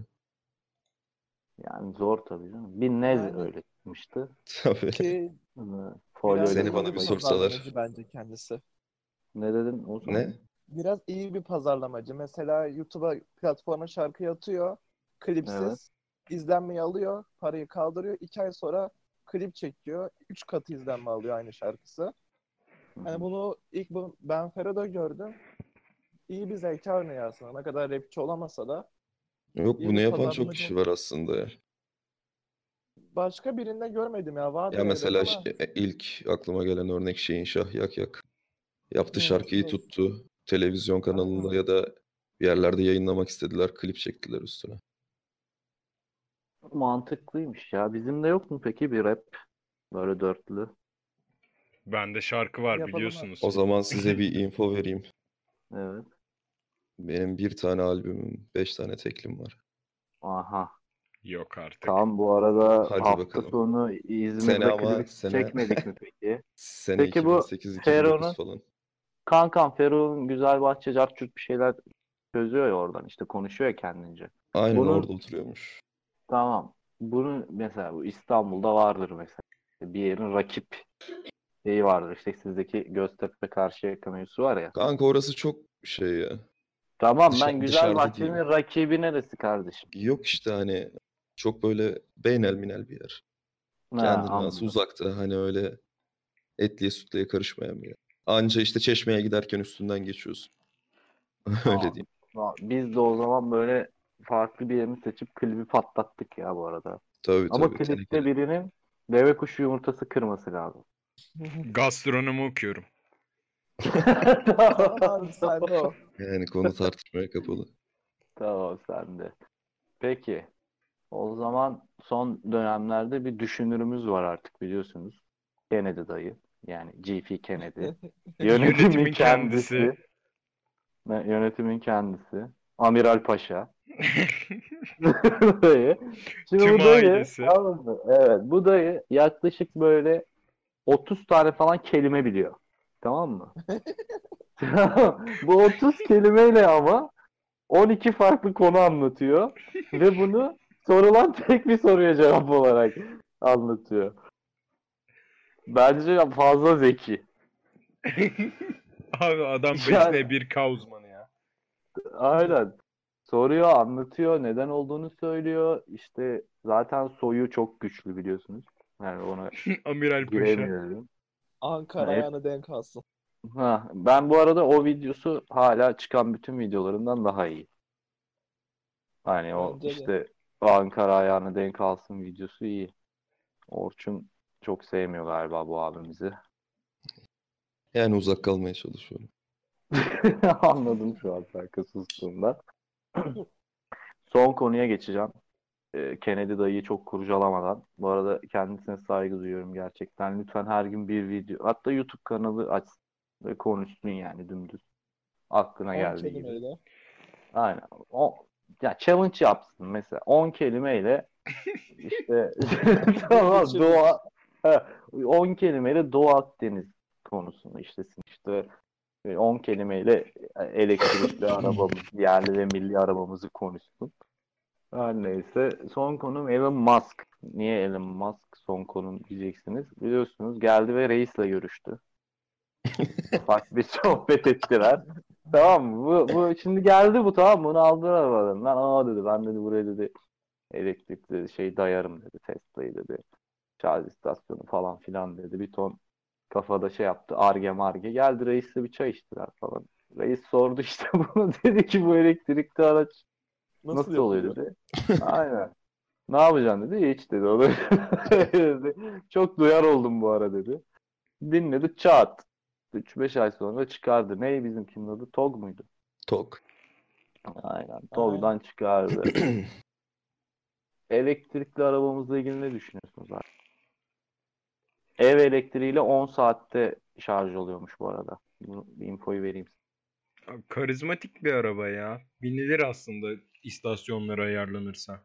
Yani zor tabii canım. Bir Nez Yani öyle çıkmıştı. Tabii. ki Folyoyla biraz Seni falan bana iyi bir bir paylaşıyor. sorsalar. pazarlamacı bence kendisi. Ne dedin o zaman? Ne? Biraz iyi bir pazarlamacı. Mesela YouTube'a platforma şarkıyı atıyor. Evet. Klipsiz. İzlenmeyi alıyor. Parayı kaldırıyor. 2 ay sonra klip çekiyor. 3 katı izlenme alıyor aynı şarkısı. Hı Hani hı. bunu ilk ben Fero'da gördüm. İyi bir zeka örneği aslında. Ne kadar rapçi olamasa da Yok iyi bunu bir yapan çok pazarlamacı. kişi var aslında ya. Başka birinde görmedim ya. Ya Vardır elbet mesela ama ilk aklıma gelen örnek şeyin Şah Yak Yak. Yaptı şarkıyı şey, tuttu. Televizyon kanalında aynen. ya da bir yerlerde yayınlamak istediler. Klip çektiler üstüne. Mantıklıymış ya. Bizim de yok mu peki bir rap? Böyle dörtlü. Bende şarkı var Yapalım abi. O biliyorsunuz. zaman size bir info vereyim. Evet. Benim bir tane albümüm, 5 tane teklim var. Aha. Yok artık. Tamam bu arada Hadi hafta bakalım. sonu Sene İzmir'de ama klibi sene çekmedik mi peki? sene Peki bu 2008-2009 Fero'nun falan. kankam Fero'nun Güzelbahçe Carçurt bir şeyler çözüyor ya oradan işte konuşuyor ya kendince. Aynen Bunun orada oturuyormuş. tamam bunu mesela bu İstanbul'da vardır mesela. Bir yerin rakip şeyi vardır. İşte sizdeki Göztepe Karşıyaka mevzusu var ya. Kanka orası çok şey ya. Tamam ben Dışarıda Güzelbahçe'nin diyeyim. rakibi neresi kardeşim? Yok işte hani çok böyle beynel minel bir yer. Ha, Kendinden az anladım. uzakta hani öyle etliye sütlüye karışmayan bir yer. Anca işte Çeşme'ye giderken üstünden geçiyorsun. Öyle Tamam. diyeyim. Tamam. Biz de o zaman böyle farklı bir yerini seçip klibi patlattık ya bu arada. Tabii Ama tabii klipte tenekeli. birinin deve kuşu yumurtası kırması lazım. Gastronomi okuyorum. Tamam abi sen de o. Yani konu tartışmaya kapalı. Tamam sen de. Peki. O zaman son dönemlerde bir düşünürümüz var artık biliyorsunuz. Kennedy dayı. Yani GF Kennedy. Yönetimin Yönetimin kendisi. kendisi. Yönetimin kendisi. Amiral Paşa. Dayı. Şimdi Tüm bu dayı ailesi. tamam mı? Evet bu dayı yaklaşık böyle 30 tane falan kelime biliyor. Tamam mı? Bu 30 kelimeyle ama 12 farklı konu anlatıyor ve bunu sorulan tek bir soruya cevap olarak anlatıyor. Bence fazla zeki. Abi adam Yani 5V1K uzmanı ya. aynen. Soruyor, anlatıyor, neden olduğunu söylüyor. İşte Zaten soyu çok güçlü biliyorsunuz. Yani ona Amiral Paşa. giremiyorum. Ankara Evet. ayağını denk alsın. Ben bu arada o videosu hala çıkan bütün videolarından daha iyi. Hani o Bence de. işte Ankara ayağını denk alsın videosu iyi. Orçun çok sevmiyor galiba bu abimizi. Yani uzak kalmaya çalışıyorum. Anladım şu an şarkı sustuğunda. Son konuya geçeceğim. Kennedy dayıyı çok kurcalamadan. Bu arada kendisine saygı duyuyorum gerçekten. Lütfen her gün bir video. Hatta YouTube kanalı açsın ve konuşsun yani dümdüz. Aklına 10 geldiği gibi. kelimeyle. Aynen. Ya challenge yapsın mesela. 10 kelimeyle işte tamam challenge. Doğu 10 kelimeyle Doğu Akdeniz konusunu işlesin. İşte 10 kelimeyle elektrikli arabamız, yerli ve milli arabamızı konuşsun. Her neyse. Son konum Elon Musk. Niye Elon Musk son konum diyeceksiniz. Biliyorsunuz geldi ve reisle görüştü. Ufak bir sohbet ettiler. Tamam mı? Bu şimdi geldi bu, tamam mı? Bunu aldılar arabalarından. Aa dedi, ben dedi buraya dedi elektrikli şey dayarım dedi. Tesla'yı dedi. Şarj istasyonu falan filan dedi. Bir ton kafada şey yaptı. Arge marge. Geldi reisle bir çay içtiler falan. Reis sordu işte bunu. Dedi ki bu elektrikli araç Nasıl nasıl oluyor yapılıyor? dedi. Aynen. Ne yapacaksın dedi. Hiç dedi. O da dedi. Çok duyar oldum bu ara dedi. Dinledi çat. 3-5 ay sonra çıkardı. Ney bizimkinin adı? Tog muydu? Tok. Aynen. Aynen. Tog'dan çıkardı. Elektrikli arabamızla ilgili ne düşünüyorsunuz abi? Ev elektriğiyle 10 saatte şarj oluyormuş bu arada. Bu infoyu vereyim. Abi, karizmatik bir araba ya. Binilir aslında istasyonlara ayarlanırsa.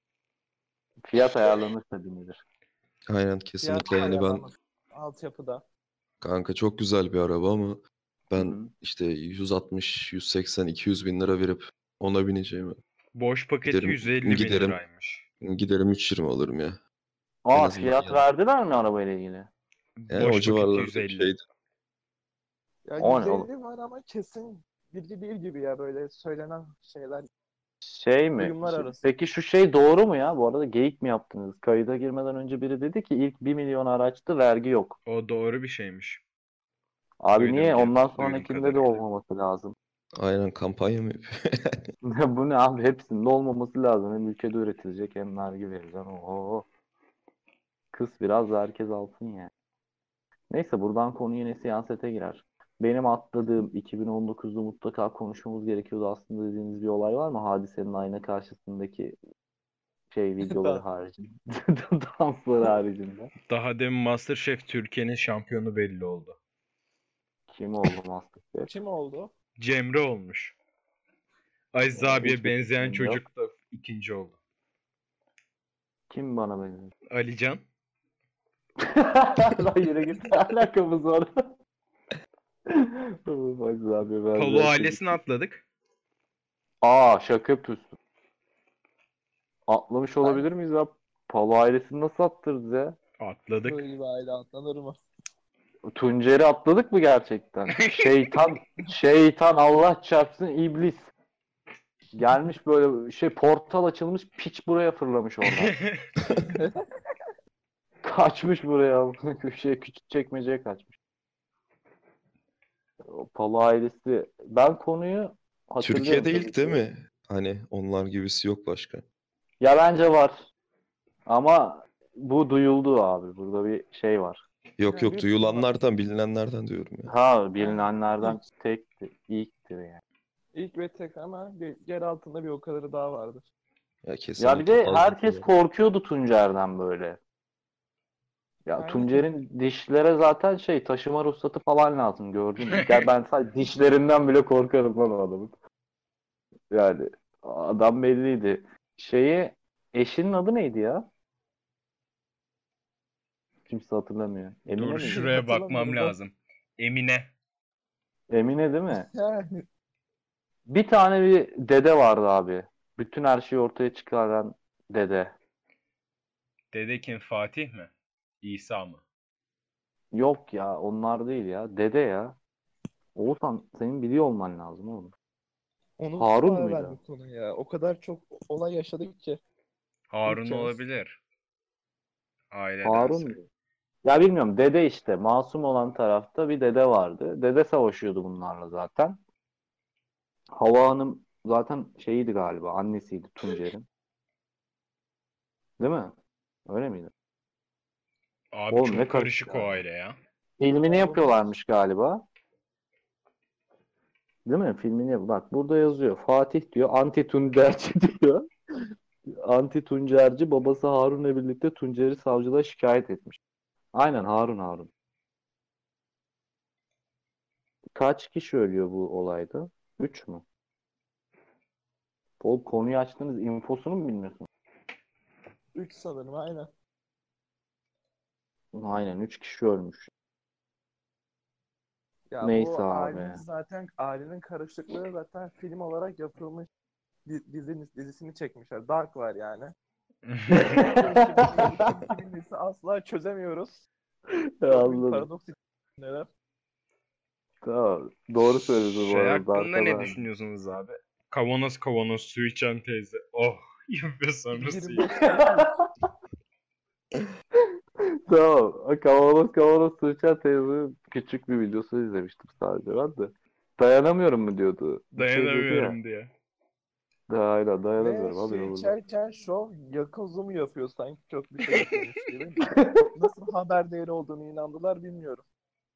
Fiyat ayarlanırsa binilir. Aynen Fiyat kesinlikle yani ben ayarlanması. Altyapıda. kanka çok güzel bir araba ama ben Hı-hı. işte 160, 180, 200 bin lira verip ona bineceğim. Boş paketi Giderim 150 bin giderim liraymış. giderim 3.20 alırım ya. En Aa, azından fiyat yani. verdiler mi arabayla ilgili? Yani o Boş paketi civarlarda bir 150. şeydi. Ya O ne 150 var ama kesin bilgi değil gibi ya, böyle söylenen şeyler, şey mi? duyumlar arası. Peki şu şey doğru mu ya? Bu arada geyik mi yaptınız? Kayıta girmeden önce biri dedi ki ilk 1 milyon araçtı, vergi yok. O doğru bir şeymiş. Abi Duydum niye? ki, Ondan duyduğum sonrakinde de kadarıyla. olmaması lazım. Aynen kampanya mı yapıyor? Bu ne abi? Hepsinde olmaması lazım. Hem ülkede üretilecek hem vergi vereceksin. Oho. Kız biraz da herkes alsın yani. Neyse, buradan konu yine siyasete girer. Benim atladığım 2019'da mutlaka konuşmamız gerekiyordu aslında dediğiniz bir olay var mı? Hadisenin ayna karşısındaki şey videoları Da. haricinde. Dansları haricinde. Daha demin MasterChef Türkiye'nin şampiyonu belli oldu. Kim oldu MasterChef? Kim oldu? Cemre olmuş. Aziz abiye Hiçbir benzeyen fikrim yok. çocuk da ikinci oldu. Kim bana benziyor? Alican. Lan yürü git. Ne alakamız var? Hadi abi ben Palo ailesini atladık. Aa, şaka yapıyorsun. Atlamış Ben olabilir miyiz ya? Palo ailesini nasıl attırdı ya? Atladık. böyle bir aile atlanır mı? Tuncer'i atladık mı gerçekten? Şeytan Allah çarpsın iblis. Gelmiş böyle şey, portal açılmış, piç buraya fırlamış oradan. Kaçmış buraya. Şey, küçük çekmeceye kaçmış. O Palo ailesi. Ben konuyu hatırlıyorum Türkiye'de tabii ilk değil ki. mi? Hani onlar gibisi yok başka. Ya bence var. Ama bu duyuldu abi. Burada bir şey var. Yok Yani yok büyük ihtimal duyulanlardan bilinenlerden diyorum ya. Ha, yani bilinenlerden ilk, tektir, ilktir yani. ilk ve tek, ama yer altında bir o kadarı daha vardır. Ya Ya bir kesinlikle de fazlası herkes var. korkuyordu Tuncer'den böyle. Ya Aynen. Tuncer'in dişlere zaten şey, taşıma ruhsatı falan lazım, gördün mü? Gel, ben sadece dişlerinden bile korkarım lan o adamın. Yani adam belliydi. Eşinin adı neydi ya? Kimse hatırlamıyor. Emine Dur, miydi? şuraya bakmam Hatırlamıyorum ben. lazım. Emine. Emine değil mi? Yani Bir tane bir dede vardı abi. Bütün her şeyi ortaya çıkaran dede. Dede kim? Fatih mi? İsa mı? Yok ya, onlar değil ya. Dede ya. Oğuzhan, senin biliyor olman lazım oğlum. unuttum Harun abi ben muydu? bu konuyu ya. O kadar çok olay yaşadık ki. Harun ülkemiz. olabilir. Ailedense. Harun mu? Ya bilmiyorum. Dede işte. Masum olan tarafta bir dede vardı. Dede savaşıyordu bunlarla zaten. Hava Hanım zaten şeyiydi galiba. Annesiydi Tuncer'in. Değil mi? Öyle miydi? Abi Oğlum çok ne karışık karışık o ya. aile ya. Filmini Ya yapıyorlarmış galiba. Değil mi? Bak burada yazıyor. Fatih diyor. Anti Tuncerci diyor. Anti Tuncerci babası Harun'la birlikte Tuncer'i savcılığa şikayet etmiş. Aynen Harun. Kaç kişi ölüyor bu olayda? 3 mü? O konuyu açtığınız infosunu mu bilmiyorsun? 3 sanırım aynen. Aynen 3 kişi ölmüş. Ya Neyse bu abi. ailenin karışıklığı zaten film olarak yapılmış dizisini çekmişler. Dark var yani. 2000'lisi asla çözemiyoruz. Çok büyük Anladım. paradoks neler. Tamam. Doğru söylüyorsun bu Şey arada. hakkında ne Dark'a düşünüyorsunuz abi? Kavanoz kavanoz su içen teyze. Oh yapıyor sonra su 25 içiyor. Tamam. Kavanoz Tuğçe teyze küçük bir videosu izlemiştim sadece ben de. Dayanamıyorum mu diyordu. Bir şey diyordu ya. Dayanamıyorum diye. Aynen Ve dayanamıyorum. su Alıyor burada. içerken şov yakın zoom yapıyor sanki çok bir şey yapıyormuş gibi. Nasıl haber değeri olduğunu inandılar bilmiyorum.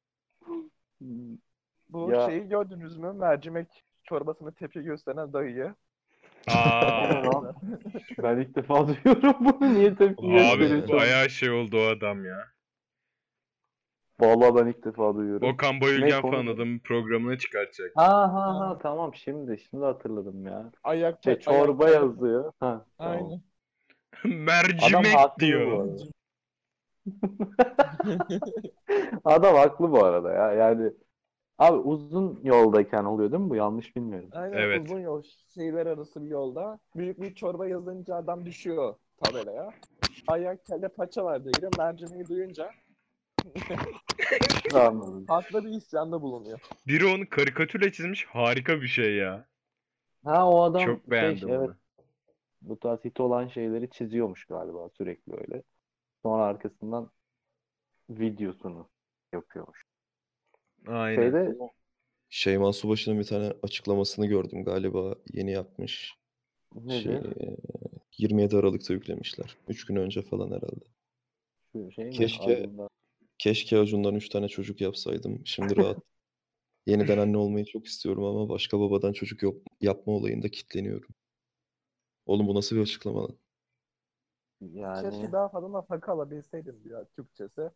Bu Ya şeyi gördünüz mü? Mercimek çorbasını tepki gösteren dayıyı. o ne Aa, lan? Ben ilk defa duyuyorum bunu. Niye tepki abi gösteriyor? bayağı şey oldu o adam ya. Vallahi ben ilk defa duyuyorum. Okan Ne Bayülgen konu? falan adamın programına çıkartacak. Ha tamam şimdi hatırladım ya. Çorba Kelle- yazıyor. Ha tamam. Aynen. Adam Mercimek haklı bu diyor. arada. Adam haklı bu arada ya. Yani abi uzun yoldayken oluyor değil mi bu? Yanlış bilmiyorum. Aynen Evet. uzun yol, şehirler arası bir yolda. Büyük bir çorba yazınca adam düşüyor tabelaya. Ayak kelle paça var diye giriyor. Mercimeği duyunca Anladım. haklı bir isyanda bulunuyor. Biri onu karikatürle çizmiş. Harika bir şey ya. Ha o adam Çok beğendim evet onu. bu tarz hit olan şeyleri çiziyormuş galiba sürekli öyle. Sonra arkasından videosunu yapıyormuş. Aynen. Şeyde Şeyma Subaşı'nın bir tane açıklamasını gördüm galiba yeni yapmış. ne Şey, diyor? 27 Aralık'ta yüklemişler. 3 gün önce falan herhalde. Şu şey mi? Keşke Ardından. keşke Acun'dan 3 tane çocuk yapsaydım. Şimdi rahat. Yeniden anne olmayı çok istiyorum ama başka babadan çocuk yapma olayında kitleniyorum. Oğlum bu nasıl bir açıklama lan? Yani Keşke daha fazla nafaka alabilseydim diyor Türkçesi.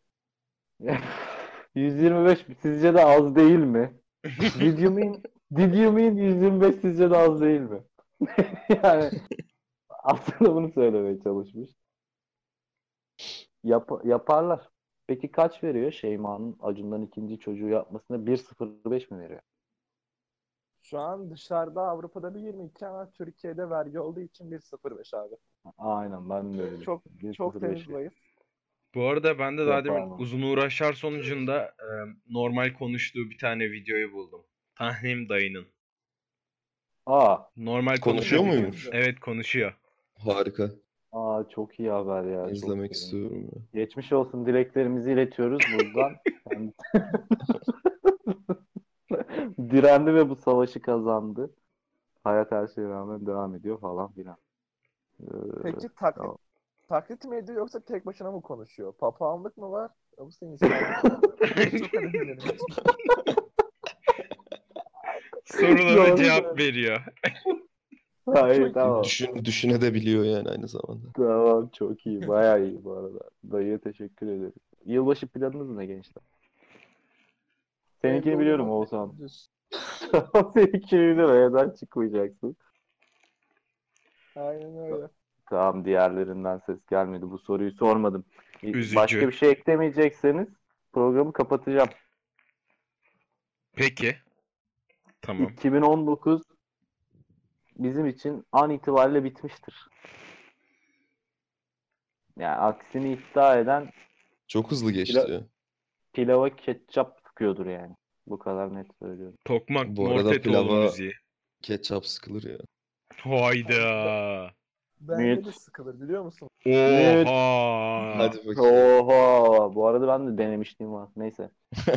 125 sizce de az değil mi? Did you mean 125 sizce de az değil mi? Yani aslında bunu söylemeye çalışmış. Yaparlar. Peki kaç veriyor Şeyma'nın Acun'dan ikinci çocuğu yapmasına? 1,05 mi veriyor? Şu an dışarıda Avrupa'da bir 22 ama Türkiye'de vergi olduğu için 1,05 abi. Aynen ben de öyle. Çok 1,05 temiz zayıf. Bu arada ben de daha demin Yapar. uzun uğraşlar sonucunda normal konuştuğu bir tane videoyu buldum. Tahnim dayının. Aa, Normal Konuşuyor konuşuyor. muymuş? Evet konuşuyor. Harika. çok iyi haber ya. Çok İzlemek sevindim. istiyorum ya. Geçmiş olsun dileklerimizi iletiyoruz buradan. Direndi ve bu savaşı kazandı. Hayat her şeye rağmen devam ediyor falan filan. Peki tamam. taklit mi ediyor yoksa tek başına mı konuşuyor? Papağanlık mı var? Yoksa insanlık mı var? Çok önemli benim için. Sorulara Doğru cevap da. veriyor. Hayır tamam. Düşünebiliyor yani aynı zamanda. Tamam çok iyi. Bayağı iyi bu arada. Dayıya teşekkür ederim. Yılbaşı planınız ne gençler? Seninkini Evde biliyorum uyumak Oğuzhan. düz. Seninkini biliyorum. Evden çıkmayacaksın. Aynen öyle. Tamam diğerlerinden ses gelmedi. Bu soruyu sormadım. Üzücü. Başka bir şey eklemeyecekseniz programı kapatacağım. Peki. Tamam. 2019 bizim için an itibariyle bitmiştir. Yani aksini iddia eden Çok hızlı geçti ya. pilava ketçap sıkıyordur yani. Bu kadar net söylüyorum. Tokmak Bu arada Mortetoğlu pilava müziği. ketçap sıkılır ya. Hayda. Bence Mute. de sıkılır biliyor musun? Oha. Hadi bakayım. Oha. Bu arada ben de denemişliğim var. Neyse.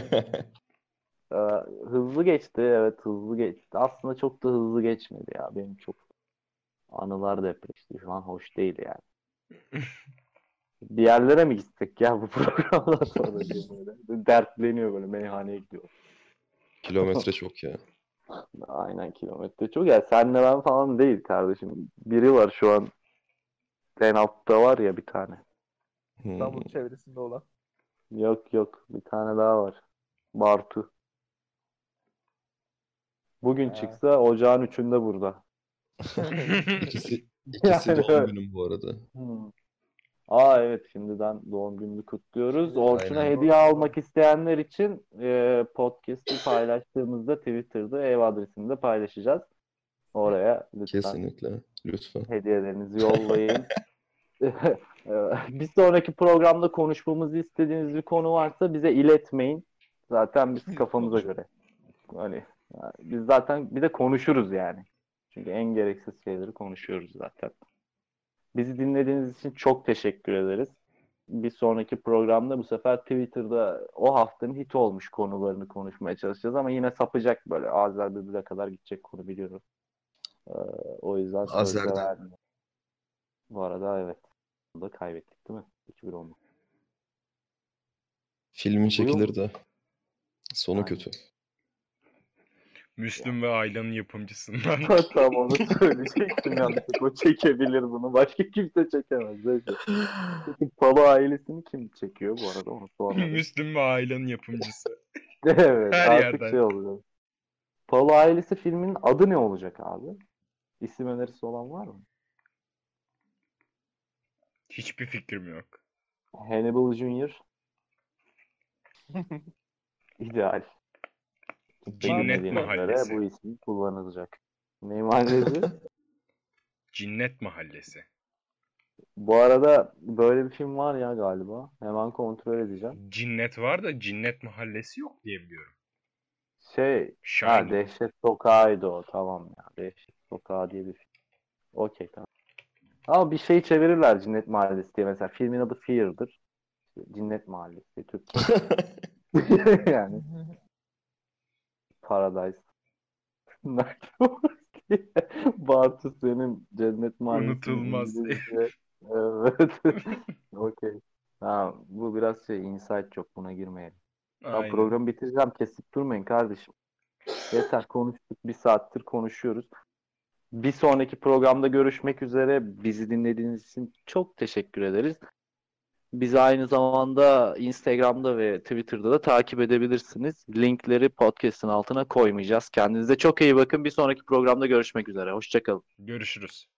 Hızlı geçti. Evet, hızlı geçti. Aslında çok da hızlı geçmedi ya. Benim çok anılar depreşti. Şu an hoş değil yani. Bir yerlere mi gitsek ya bu programdan sonra diye böyle. Dertleniyor böyle, meyhaneye gidiyor. Kilometre çok ya. Aynen, kilometre çok. Ya senle ben falan değil kardeşim. Biri var şu an. En altta var ya bir tane. İstanbul çevresinde olan. Yok. Bir tane daha var. Bartu. Bugün Ha. çıksa ocağın 3'ünde burada. İkisi Yani doğum evet. günüm bu arada. Evet, şimdiden doğum gününü kutluyoruz. Orçun'a Aynen. hediye almak isteyenler için podcast'ı paylaştığımızda Twitter'da ev adresini de paylaşacağız. Oraya lütfen Kesinlikle. Lütfen. hediyelerinizi yollayın. Bir sonraki programda konuşmamızı istediğiniz bir konu varsa bize iletmeyin. Zaten biz kafamıza göre. Hani biz zaten bir de konuşuruz yani. Çünkü en gereksiz şeyleri konuşuyoruz zaten. Bizi dinlediğiniz için çok teşekkür ederiz. Bir sonraki programda bu sefer Twitter'da o haftanın hit olmuş konularını konuşmaya çalışacağız ama yine sapacak böyle. Azer Bülbül'e kadar gidecek konu biliyorum. O yüzden sözde Azer'den. vermiyorum. Bu arada evet. Bunu da kaybettik değil mi? 2-1 oldu. Filmin çekilir yıl- de sonu Aynen. kötü. Müslüm ve Ayla'nın yapımcısından. Tam onu söyleyecektim yanlışlıkla. O çekebilir bunu. Başka kimse çekemez. Neyse. Peki Palo ailesini kim çekiyor bu arada? Onu sormadım. Müslüm ve Ayla'nın yapımcısı. Evet, Her artık yerden. şey olacak. Palo ailesi filminin adı ne olacak abi? İsim önerisi olan var mı? Hiçbir fikrim yok. Hannibal Jr. İdeal. Cinnet Bilmediğine Mahallesi. göre bu isim kullanılacak. Ne mahallesi? Cinnet Mahallesi. Bu arada böyle bir film var ya galiba. Hemen kontrol edeceğim. Cinnet var da Cinnet Mahallesi yok diye biliyorum. Ha, Dehşet Sokağı'ydı o. Tamam ya. Dehşet Sokağı diye bir film. Okey, tamam. Ama bir şey çevirirler Cinnet Mahallesi diye. Mesela filmin adı Fear'dır. Cinnet Mahallesi. Türkçe. Yani Paradise. Bartu senin Cennet Mahallesi'nin Unutulmaz. İngilizce. Evet. Okey. Ha, bu biraz insight, çok buna girmeyelim. Ya Aynen. programı bitireceğim. Kesip durmayın kardeşim. Yeter, konuştuk. Bir saattir konuşuyoruz. Bir sonraki programda görüşmek üzere. Bizi dinlediğiniz için çok teşekkür ederiz. Bizi aynı zamanda Instagram'da ve Twitter'da da takip edebilirsiniz. Linkleri podcast'ın altına koymayacağız. Kendinize çok iyi bakın. Bir sonraki programda görüşmek üzere. Hoşça kalın. Görüşürüz.